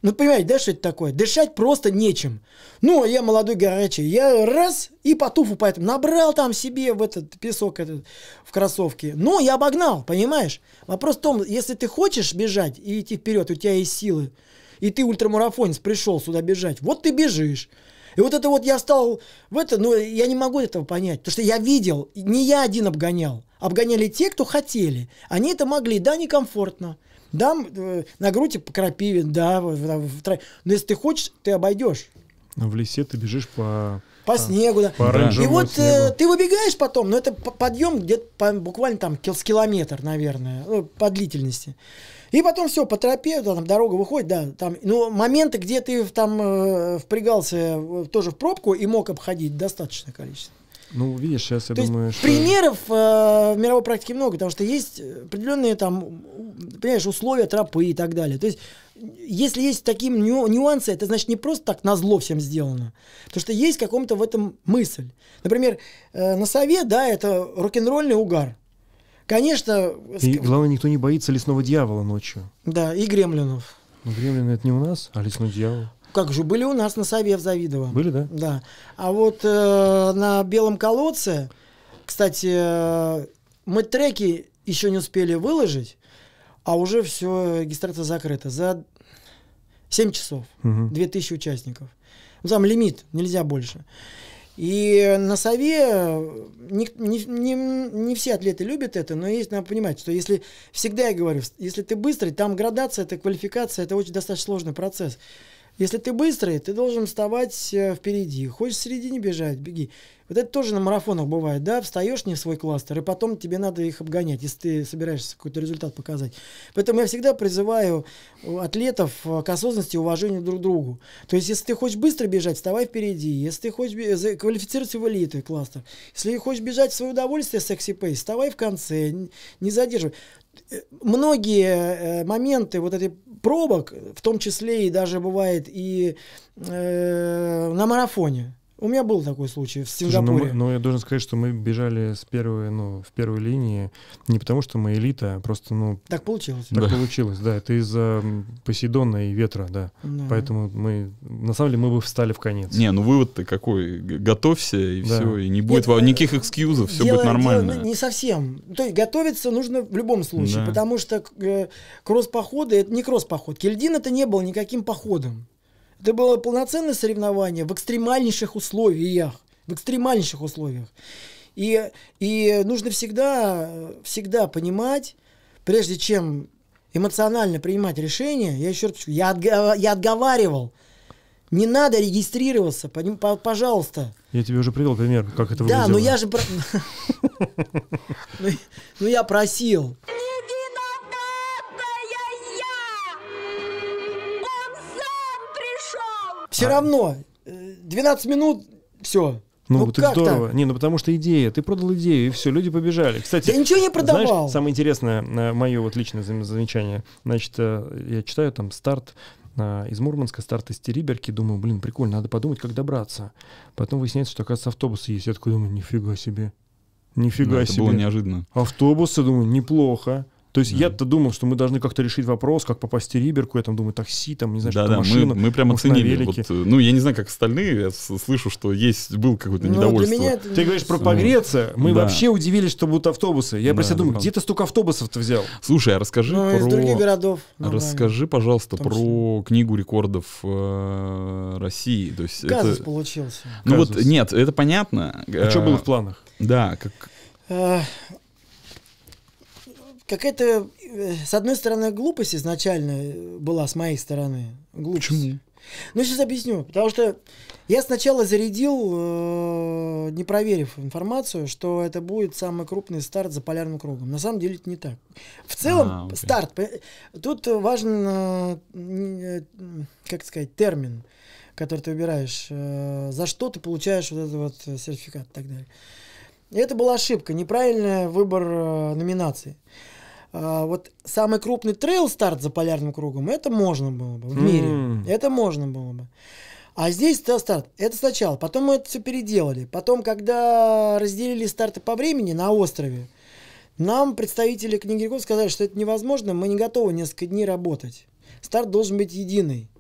Ну, понимаете, да, что это такое? Дышать просто нечем. Ну, я молодой горячий, я раз и по туфу поэтому набрал там себе в этот песок этот, в кроссовке. Но я обогнал, понимаешь? Вопрос в том, если ты хочешь бежать и идти вперед, у тебя есть силы, и ты ультрамарафонец пришел сюда бежать, вот ты бежишь. И вот это вот я стал в это, но я не могу этого понять, потому что я видел, не я один обгонял, обгоняли те, кто хотели. Они это могли, да, некомфортно. Да, на груди по крапиве, да, но если ты хочешь, ты обойдешь.
Но в лесе ты бежишь по
снегу, да.
По оранжевому
И вот
снегу.
ты выбегаешь потом, но это подъем где-то буквально там с километр, наверное, по длительности. И потом все, по тропе, там дорога выходит, да, там, ну, моменты, где ты там впрягался тоже в пробку и мог обходить достаточное количество.
Ну, видишь, сейчас я
То
думаю,
есть
что...
примеров в мировой практике много, потому что есть определенные там, понимаешь, условия тропы и так далее. То есть, если есть такие нюансы, это значит не просто так назло всем сделано. Потому что есть каком-то в этом мысль. Например, на сове, да, это рок-н-ролльный угар. Конечно...
И главное, никто не боится лесного дьявола ночью.
Да, и гремлинов.
Ну, гремлины это не у нас, а лесной дьявол.
Как же, были у нас на сове в Завидово.
Были, да?
Да. А вот на Белом колодце, кстати, мы треки еще не успели выложить, а уже все, регистрация закрыта. За 7 часов. 2000 участников. Ну, там лимит, нельзя больше. И на сове не все атлеты любят это, но есть, надо понимать, что если, всегда я говорю, если ты быстрый, там градация, это квалификация, это очень достаточно сложный процесс. Если ты быстрый, ты должен вставать впереди. Хочешь в середине бежать, беги. Вот это тоже на марафонах бывает, да, встаешь не в свой кластер, и потом тебе надо их обгонять, если ты собираешься какой-то результат показать. Поэтому я всегда призываю атлетов к осознанности и уважению друг к другу. То есть, если ты хочешь быстро бежать, вставай впереди. Если ты хочешь квалифицироваться в элиту, кластер. Если хочешь бежать в свое удовольствие, секси-пейс, вставай в конце, не задерживай. Многие моменты вот этой пробок, в том числе и даже бывает и на марафоне. У меня был такой случай в Сингапуре.
Слушай, но я должен сказать, что мы бежали в первой линии не потому, что мы элита, а просто,
так получилось.
Так получилось, да. Это из-за Посейдона и ветра, да. Поэтому на самом деле, мы бы встали в конец.
Не, ну вывод-то какой? Готовься, и все, и не будет никаких экскьюзов, все будет нормально.
Не совсем. То есть готовиться нужно в любом случае, потому что кросс-походы — это не кросс-поход. Кельдин — это не было никаким походом. Это было полноценное соревнование в экстремальнейших условиях. В экстремальнейших условиях. И нужно всегда понимать, прежде чем эмоционально принимать решение, я еще раз повторю, я отговаривал. Не надо регистрироваться, пожалуйста.
Я тебе уже привел пример, как это выглядело.
Да, но я же... Ну я просил. Все равно, 12 минут, все.
Ну так здорово. Так? Ну потому что идея. Ты продал идею, и все, люди побежали. Кстати,
я ничего не продавал.
Знаешь, самое интересное, мое вот личное замечание. Значит, я читаю там старт из Мурманска, старт из Териберки. Думаю, прикольно, надо подумать, как добраться. Потом выясняется, что, оказывается, автобусы есть. Я такой думаю, нифига себе. Нифига себе.
Это было неожиданно.
Автобусы, думаю, неплохо. То есть я-то думал, что мы должны как-то решить вопрос, как попасть в Териберку, я там думаю, такси, там, не знаю, что-то машину.
Мы прямо оценили. Вот, я не знаю, как остальные, я слышу, что был какое-то недовольство.
Ты говоришь про погреться, мы вообще удивились, что будут автобусы. Я просто думаю, где ты столько автобусов-то взял?
Слушай, а расскажи
из других городов.
Расскажи, пожалуйста, про книгу рекордов России. То есть
казус получился.
Ну вот, нет, это понятно.
А что было в планах?
Да,
какая-то, с одной стороны, глупость изначально была с моей стороны. Глупость.
Почему?
Ну, сейчас объясню. Потому что я сначала зарядил, не проверив информацию, что это будет самый крупный старт за полярным кругом. На самом деле это не так. В целом, старт. Тут важен, как сказать, термин, который ты выбираешь. За что ты получаешь вот этот вот сертификат и так далее. И это была ошибка, неправильный выбор номинаций. Вот самый крупный трейл-старт за полярным кругом, это можно было бы в мире. Это можно было бы. А здесь старт, это сначала. Потом мы это все переделали. Потом, когда разделили старты по времени на острове, нам представители книги рекордов сказали, что это невозможно, мы не готовы несколько дней работать. Старт должен быть единый.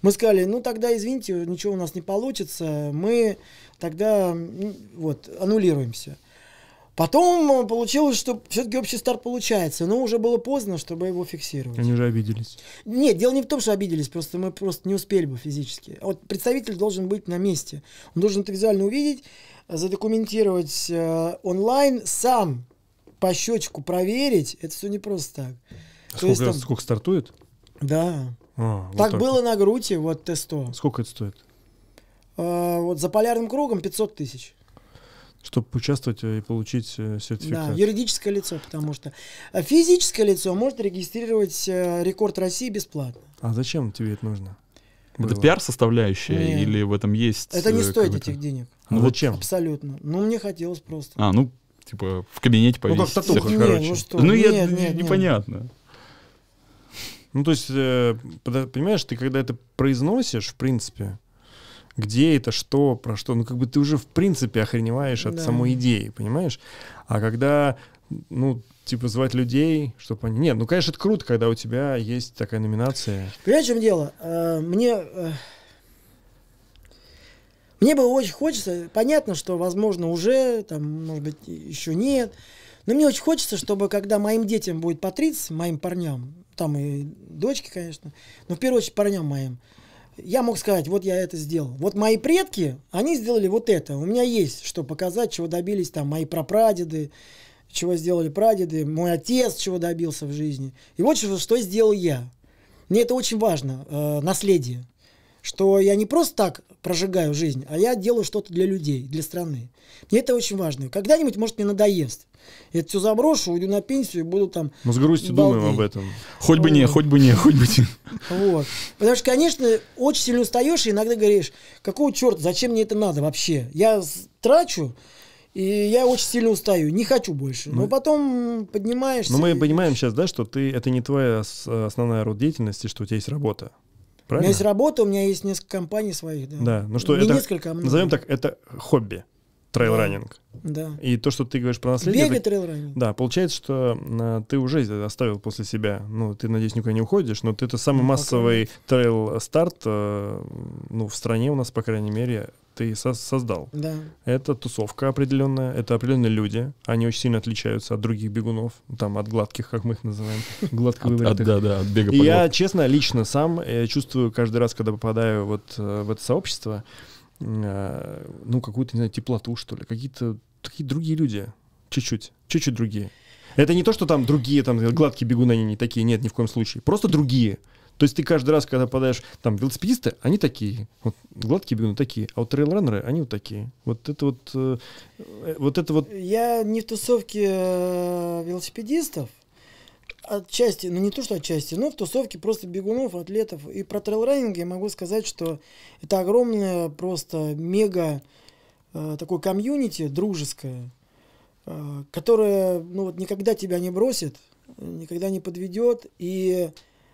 Мы сказали, ну тогда извините, ничего у нас не получится, мы тогда вот аннулируемся. Потом получилось, что все-таки общий старт получается, но уже было поздно, чтобы его фиксировать.
Они уже обиделись.
Нет, дело не в том, что обиделись, просто мы просто не успели бы физически. А вот представитель должен быть на месте. Он должен это визуально увидеть, задокументировать онлайн, сам по счетчику проверить. Это все не просто так.
Сколько стартует?
Да.
Вот
так было на Груте, вот Т-100.
Сколько это стоит?
Вот за полярным кругом 500 тысяч.
Чтобы участвовать и получить сертификат.
Да, юридическое лицо, потому что физическое лицо может регистрировать рекорд России бесплатно.
А зачем тебе это нужно?
Это пиар-составляющая или в этом есть...
Это не стоит этих денег.
Ну зачем?
Абсолютно. Ну, мне хотелось просто.
Ну, типа, в кабинете повесить.
Ну, как татуха, короче.
Ну, что?
Непонятно.
Ну, то есть, понимаешь, ты когда это произносишь, в принципе, где это, что, про что, ну, как бы ты уже, в принципе, охреневаешь от самой идеи, понимаешь? А когда, ну, типа, звать людей, чтобы они... Нет, ну, конечно, это круто, когда у тебя есть такая номинация.
Понимаешь, в чем дело? Мне бы очень хочется, понятно, что, возможно, уже, там, может быть, еще нет, но мне очень хочется, чтобы, когда моим детям будет по 30, моим парням, там и дочки, конечно, но в первую очередь парням моим, я мог сказать, вот я это сделал. Вот мои предки, они сделали вот это. У меня есть что показать, чего добились там мои прапрадеды, чего сделали прадеды, мой отец чего добился в жизни. И вот что сделал я. Мне это очень важно, наследие. Что я не просто так прожигаю жизнь, а я делаю что-то для людей, для страны. Мне это очень важно. Когда-нибудь, может, мне надоест. Я это все заброшу, уйду на пенсию и буду там...
Мы с грустью думаем об этом.
Хоть бы не.
Вот. Потому что, конечно, очень сильно устаешь и иногда говоришь, какого черта, зачем мне это надо вообще? Я трачу, и я очень сильно устаю, не хочу больше. Но потом поднимаешься...
Но мы понимаем сейчас, да, что это не твоя основная род деятельности, что у тебя есть работа. Правильно?
У меня есть работа, у меня есть несколько компаний своих.
Да, ну что,
не
это,
несколько, а много.
назовем так, это хобби. Трейл-раннинг.
Да.
И то, что ты говоришь про наследие...
Бегать трейл-раннинг.
Да, получается, что ты уже оставил после себя, ну, ты, надеюсь, никуда не уходишь, но это самый массовый трейл-старт, ну, в стране у нас, по крайней мере, ты создал.
Да.
Это тусовка определенная, это определенные люди, они очень сильно отличаются от других бегунов, там, от гладких, как мы их называем, гладко выбритых.
Да, от бега по
И я,
гладкому.
честно, лично сам чувствую каждый раз, когда попадаю вот в это сообщество, ну, какую-то, не знаю, теплоту, что ли, какие-то такие другие люди, чуть-чуть другие. Это не то, что там другие, там, гладкие бегуны, они не такие, нет, ни в коем случае, просто другие. То есть ты каждый раз, когда попадаешь, там, велосипедисты, они такие, вот, гладкие бегуны такие, а вот трейл-раннеры, они вот такие. Вот это вот...
Я не в тусовке велосипедистов, отчасти, ну не то, что отчасти, но в тусовке просто бегунов, атлетов. И про трейл-раннинг я могу сказать, что это огромное, просто мега такое комьюнити дружеское, которое, ну вот, никогда тебя не бросит, никогда не подведет. И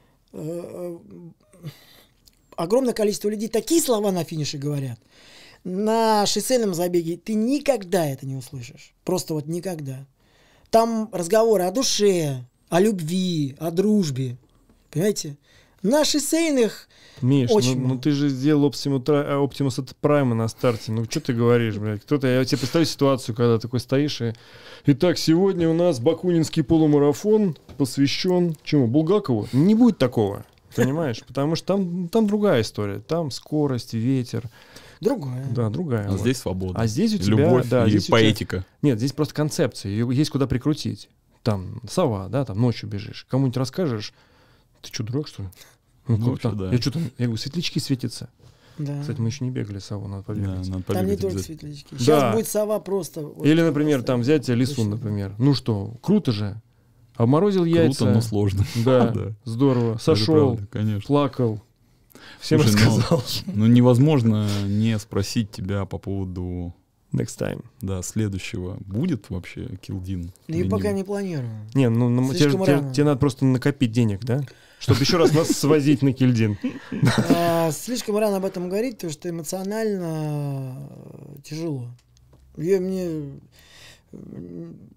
огромное количество людей такие слова на финише говорят. На шоссейном забеге ты никогда это не услышишь. Просто вот никогда. Там разговоры о душе, о любви, о дружбе. Понимаете? На шоссейных
Миш,
очень
ну ты же сделал Optimus от Prime на старте. Ну что ты говоришь, блядь? Я тебе представляю ситуацию, когда такой стоишь и... Итак, сегодня у нас бакунинский полумарафон посвящен чему? Булгакову? Не будет такого, понимаешь? Потому что там другая история. Там скорость, ветер.
другая.
Да, другая.
А
вот.
здесь свобода.
А здесь у тебя...
Любовь
да,
и
здесь
поэтика.
Нет, здесь просто концепция. Ее есть куда прикрутить. Там сова, да, там ночью бежишь. Кому-нибудь расскажешь, ты что, дурак, что ли? Ну, как там?
да.
Я что там? Я говорю, светлячки светятся.
Да.
Кстати, мы еще не бегали сову, надо побегать.
Да, надо
Там не
побегать
только
обязательно.
светлячки.
Да.
Сейчас будет сова просто. вот
Или, например,
просто
там взять лисун,
точно.
например. Ну что, круто же. Обморозил яйца.
Круто, но сложно.
Да,
Да.
здорово.
Это
Сошел,
правда, конечно.
плакал. Всем
Слушай,
рассказал.
Ну, невозможно не спросить тебя по поводу,
Next time.
да, следующего. Будет вообще Килдин?
И пока не планирую.
Не, ну
Слишком рано.
тебе надо просто накопить денег, да? Чтобы еще раз нас свозить на Кильдин.
Слишком рано об этом говорить, потому что эмоционально тяжело.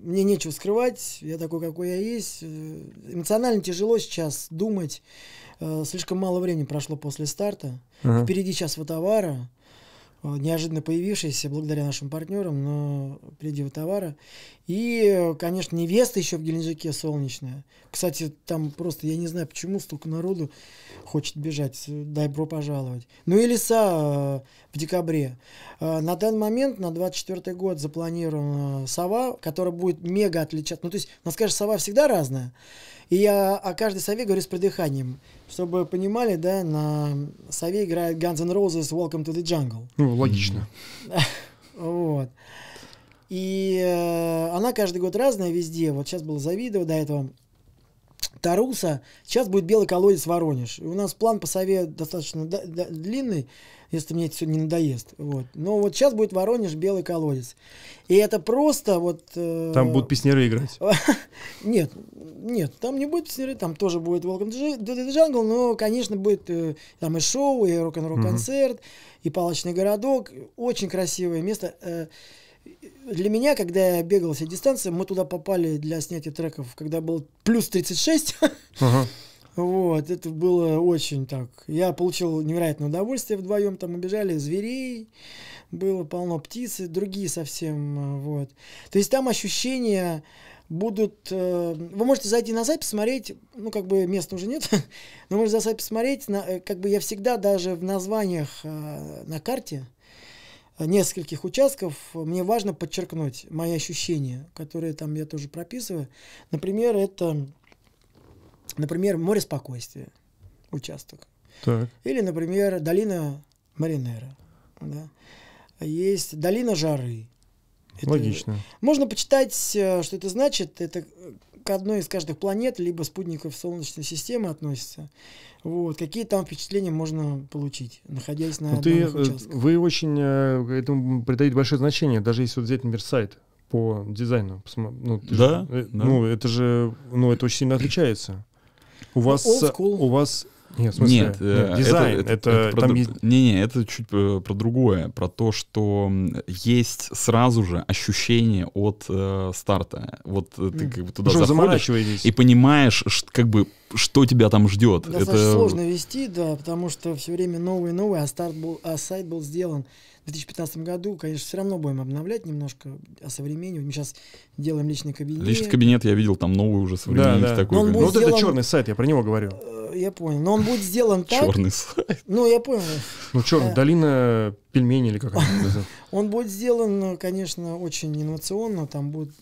мне нечего скрывать, я такой, какой я есть. Эмоционально тяжело сейчас думать. Слишком мало времени прошло после старта. Впереди сейчас Ватавара, неожиданно появившаяся благодаря нашим партнерам, но впереди Ватавара. И, конечно, невеста еще в Геленджике солнечная. Кстати, там просто, я не знаю, почему столько народу хочет бежать. Дай бро пожаловать. Ну и леса в декабре. На данный момент, на 24 год, запланирована сова, которая будет мега отличаться. Ну, то есть, у нас, конечно, сова всегда разная. И я о каждой сове говорю с придыханием. Чтобы вы понимали, да, на сове играет Guns N' Roses «Welcome to the Jungle».
Ну, логично.
Вот. И она каждый год разная везде. Вот сейчас было Завидово, до этого Таруса. Сейчас будет белый колодец Воронеж. И у нас план по сове достаточно длинный, если мне это все не надоест. Вот. Но вот сейчас будет Воронеж, белый колодец. И это просто вот...
Там будут песняры играть.
Нет, там не будет песняры, там тоже будет Welcome to the Jungle, но, конечно, будет там и шоу, и рок-н-ролл концерт, и палочный городок. Очень красивое место. Для меня, когда я бегал все дистанции, мы туда попали для снятия треков, когда был плюс 36. Вот, это было очень так. Я получил невероятное удовольствие вдвоем. Там убежали зверей, было полно птиц, другие совсем. Вот. То есть там ощущения будут... Вы можете зайти на сайт, посмотреть, ну, как бы места уже нет, но можете за сайт посмотреть, как бы я всегда даже в названиях на карте нескольких участков мне важно подчеркнуть мои ощущения, которые там я тоже прописываю. Например, это... Например, море спокойствия, участок.
Так.
Или, например, долина Маринера. Да. Есть долина жары.
Логично.
Можно почитать, что это значит. Это к одной из каждых планет, либо спутников Солнечной системы относится. Вот. Какие там впечатления можно получить, находясь на данных участках.
Вы очень этому придаете большое значение, даже если вот взять, например, сайт по дизайну. Ну,
да,
ну, это же, ну, это очень сильно отличается. У вас... Нет, в смысле,
нет,
дизайн, это там есть...
это чуть про другое, про то, что есть сразу же ощущение от старта. Вот ты как бы туда заходишь и понимаешь, как бы, что тебя там ждет.
Достаточно сложно вести, да, потому что все время новый, а сайт был сделан в 2015 году. Конечно, все равно будем обновлять немножко, осовременивать. Мы сейчас делаем личный кабинет.
Личный кабинет, я видел, там новый уже современный.
Да.
Такой.
Ну, вот это черный сайт, я про него говорю.
Я понял. Но он будет сделан так...
Черный сайт.
Ну, я понял.
Ну, черный, долина пельменей или как это называется.
Он будет сделан, конечно, очень инновационно. Там будет...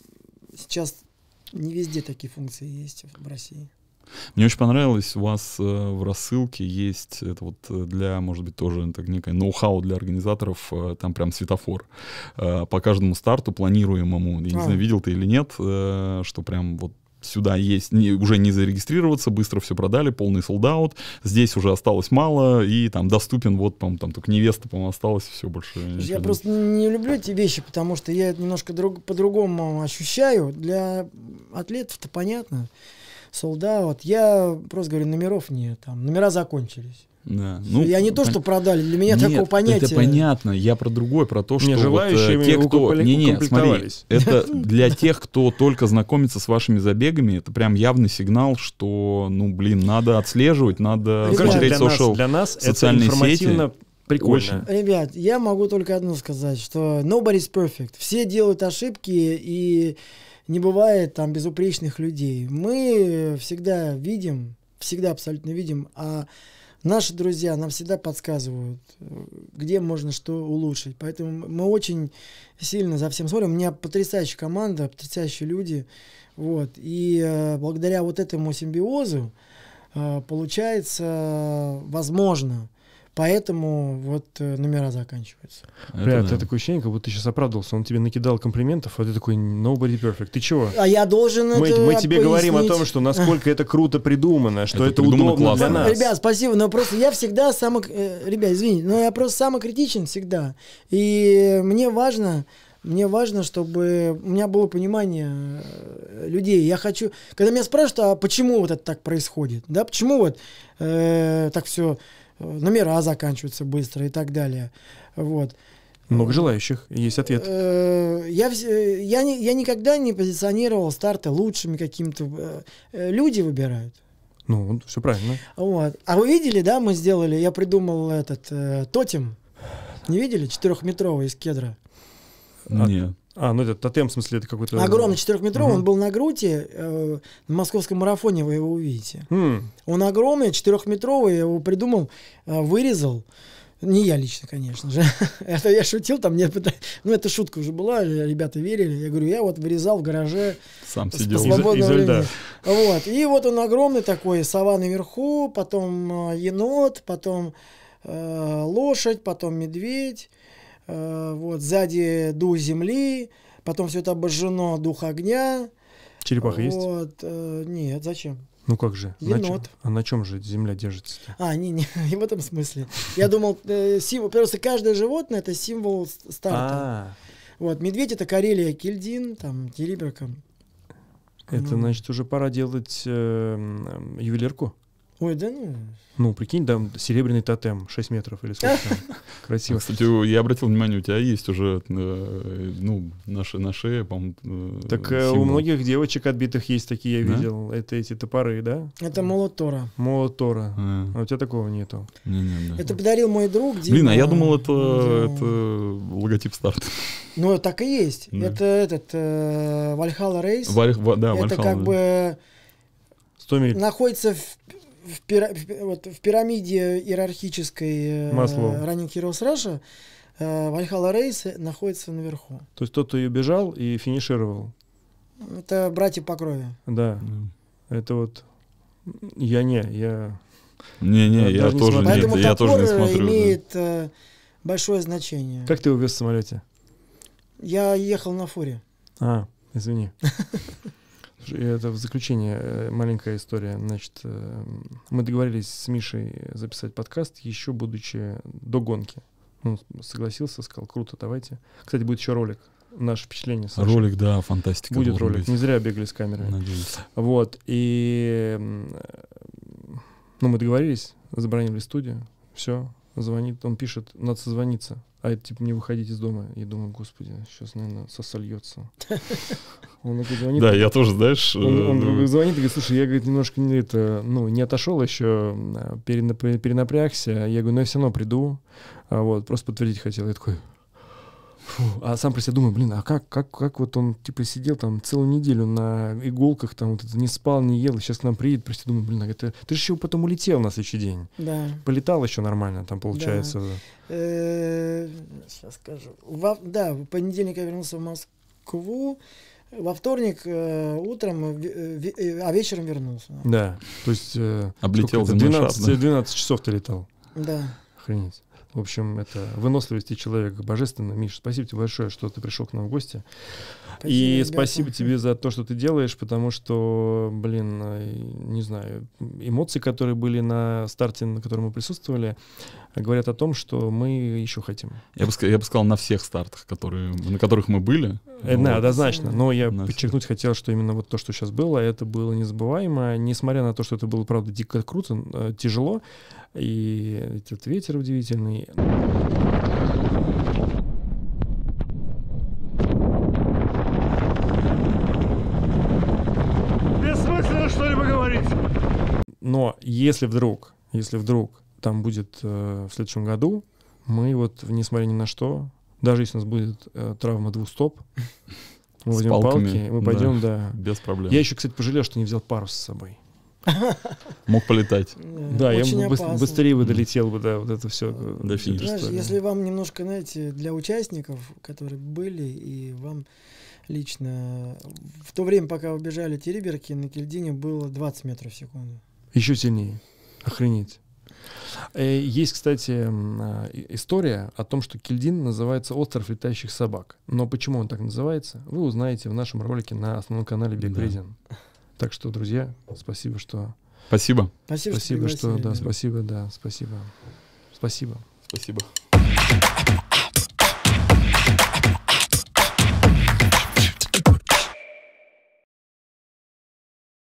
Сейчас не везде такие функции есть в России.
Мне очень понравилось, у вас в рассылке есть, это вот для, может быть, тоже так, некое ноу-хау для организаторов, там прям светофор по каждому старту планируемому. Я не знаю, видел ты или нет, что прям вот сюда есть, уже не зарегистрироваться, быстро все продали, полный солдаут, здесь уже осталось мало, и там доступен, вот, по-моему, там только невеста, по-моему, осталось, все больше.
Я просто не люблю эти вещи, потому что я это немножко по-другому ощущаю. Для атлетов-то понятно, солдаут. Я просто говорю, номеров нет, там, номера закончились.
Да.
Ну, я не то, что продали, для меня такого понятия.
Это понятно, я про другое, про то, что
желающие
вот, те, кто... смотри, это для тех, кто только знакомится с вашими забегами, это прям явный сигнал, что, ну, блин, надо отслеживать, надо смотреть
для нас социальные это информативно сети. Прикольно.
Ребят, я могу только одно сказать, что nobody's perfect. Все делают ошибки, и не бывает там безупречных людей. Мы всегда видим, всегда абсолютно видим, а наши друзья нам всегда подсказывают, где можно что улучшить. Поэтому мы очень сильно за всем смотрим. У меня потрясающая команда, потрясающие люди. Вот. И благодаря вот этому симбиозу получается возможно. Поэтому вот номера заканчиваются.
Бля, ты такое ощущение, как будто ты сейчас оправдывался. Он тебе накидал комплиментов, а ты такой nobody perfect. Ты чего?
А я должен
мы тебе говорим о том, что насколько это круто придумано, что это удобно для нас.
Ребят, спасибо, но просто я всегда ребят, извините, но я просто самокритичен всегда. И мне важно, чтобы у меня было понимание людей. Я хочу, когда меня спрашивают, а почему вот это так происходит, да, почему вот так все... номера заканчиваются быстро и так далее. Вот.
Много желающих, есть ответ.
Я никогда не позиционировал старты лучшими каким-то. Люди выбирают.
Ну, все правильно.
Вот. А вы видели, да, мы сделали, я придумал этот тотем. Не видели? 4-метровый из кедра.
Нет.
Ну это тотем, в смысле, это какой-то...
Огромный 4-метровый, он был на груте, на московском марафоне вы его увидите. Он огромный, 4-метровый, я его придумал, вырезал. Не я лично, конечно же. Это я шутил, там мне ну это шутка уже была, ребята верили. Я говорю, я вот вырезал в гараже.
Сам сидел.
Из льда.
Вот. И вот он огромный такой, сова наверху, потом енот, потом лошадь, потом медведь. Вот, сзади дух земли, потом все это обожжено, дух огня.
Черепаха есть?
Нет, зачем?
Ну как же?
Енот.
На чем же земля держится-то?
Не, и в этом смысле. Я думал, символ, просто каждое животное это символ старта. Вот, медведь это Карелия, Кильдин, там, Териберка.
Это значит уже пора делать ювелирку.
Ой, да ну.
Ну, прикинь, там серебряный тотем, 6 метров или сколько там. Красиво.
Кстати, я обратил внимание, у тебя есть уже, на шее, по-моему,
Так
символ.
у многих девочек отбитых есть такие, я видел. Это эти топоры, да?
Это молот Тора.
Молот Тора. А у тебя такого нету.
Не.
Это подарил мой друг Дима.
Блин, а я думал, это логотип старта.
Ну, так и есть.
Да.
Это этот Valhalla Race.
Да,
это
Valhalla,
как бы
100 миль.
находится в пирамиде иерархической Running Heroes Russia. Valhalla Race находится наверху.
То есть тот, кто и бежал, и финишировал.
Это братья по крови.
Да. Это вот... Я
тоже
Поэтому
нет, я тоже не
топор
смотрю.
имеет большое значение.
Как ты его вез в самолете?
Я ехал на фуре.
Извини. Это в заключение маленькая история. Значит, мы договорились с Мишей записать подкаст, еще будучи до гонки. Он согласился, сказал, круто, давайте. Кстати, будет еще ролик. Наше впечатление.
Ролик, да, фантастика.
Будет ролик. Быть. Не зря бегали с камерой.
Надеюсь.
Вот. И мы договорились, забронили студию. Все. Звонит, он пишет, надо созвониться. А это типа не выходить из дома. И думаю, господи, сейчас, наверное, сосольется. Он такой звонит.
Да, я тоже, знаешь...
Он звонит и говорит, слушай, я, говорит, немножко не отошел еще, перенапрягся. Я говорю, я все равно приду. Вот, просто подтвердить хотел. Я такой... А сам про себя думаю, блин, а как вот он типа сидел там целую неделю на иголках, там вот это не спал, не ел, и сейчас к нам приедет, просто думаю, блин, ты же еще потом улетел на следующий день.
Да.
Полетал еще нормально, там получается.
Да. Сейчас скажу. В понедельник я вернулся в Москву, во вторник утром, а вечером вернулся.
Да, то есть...
Облетел 12
часов ты летал.
Да.
Охренеть. В общем, это выносливости человека божественно. Миша, спасибо тебе большое, что ты пришел к нам в гости. И спасибо тебе за то, что ты делаешь, потому что, не знаю, эмоции, которые были на старте, на котором мы присутствовали, говорят о том, что мы еще хотим.
Я бы сказал, на всех стартах, на которых мы были.
Да, однозначно. Но я подчеркнуть хотел, что именно вот то, что сейчас было, это было незабываемо. Несмотря на то, что это было, правда, дико круто, тяжело, и этот ветер удивительный.
Бессмысленно что-либо говорить.
Но если вдруг там будет в следующем году, мы вот, несмотря ни на что, даже если у нас будет травма 2 стоп, мы возьмем палки, мы пойдем, да.
Без проблем.
Я еще, кстати, пожалел, что не взял парус с собой.
Мог полетать.
Да, я быстрее бы долетел бы, да, вот это все.
До финиша.
Знаешь, если вам немножко, знаете, для участников, которые были, и вам лично, в то время, пока вы бежали Териберки, на Кильдине было 20 метров в секунду.
Еще сильнее. Охренеть. Есть, кстати, история о том, что Кильдин называется «Остров летающих собак». Но почему он так называется, вы узнаете в нашем ролике на основном канале Big Reason. Так что, друзья, спасибо, что...
Спасибо.
Спасибо, что... Да, спасибо, да, спасибо. Спасибо.
Спасибо.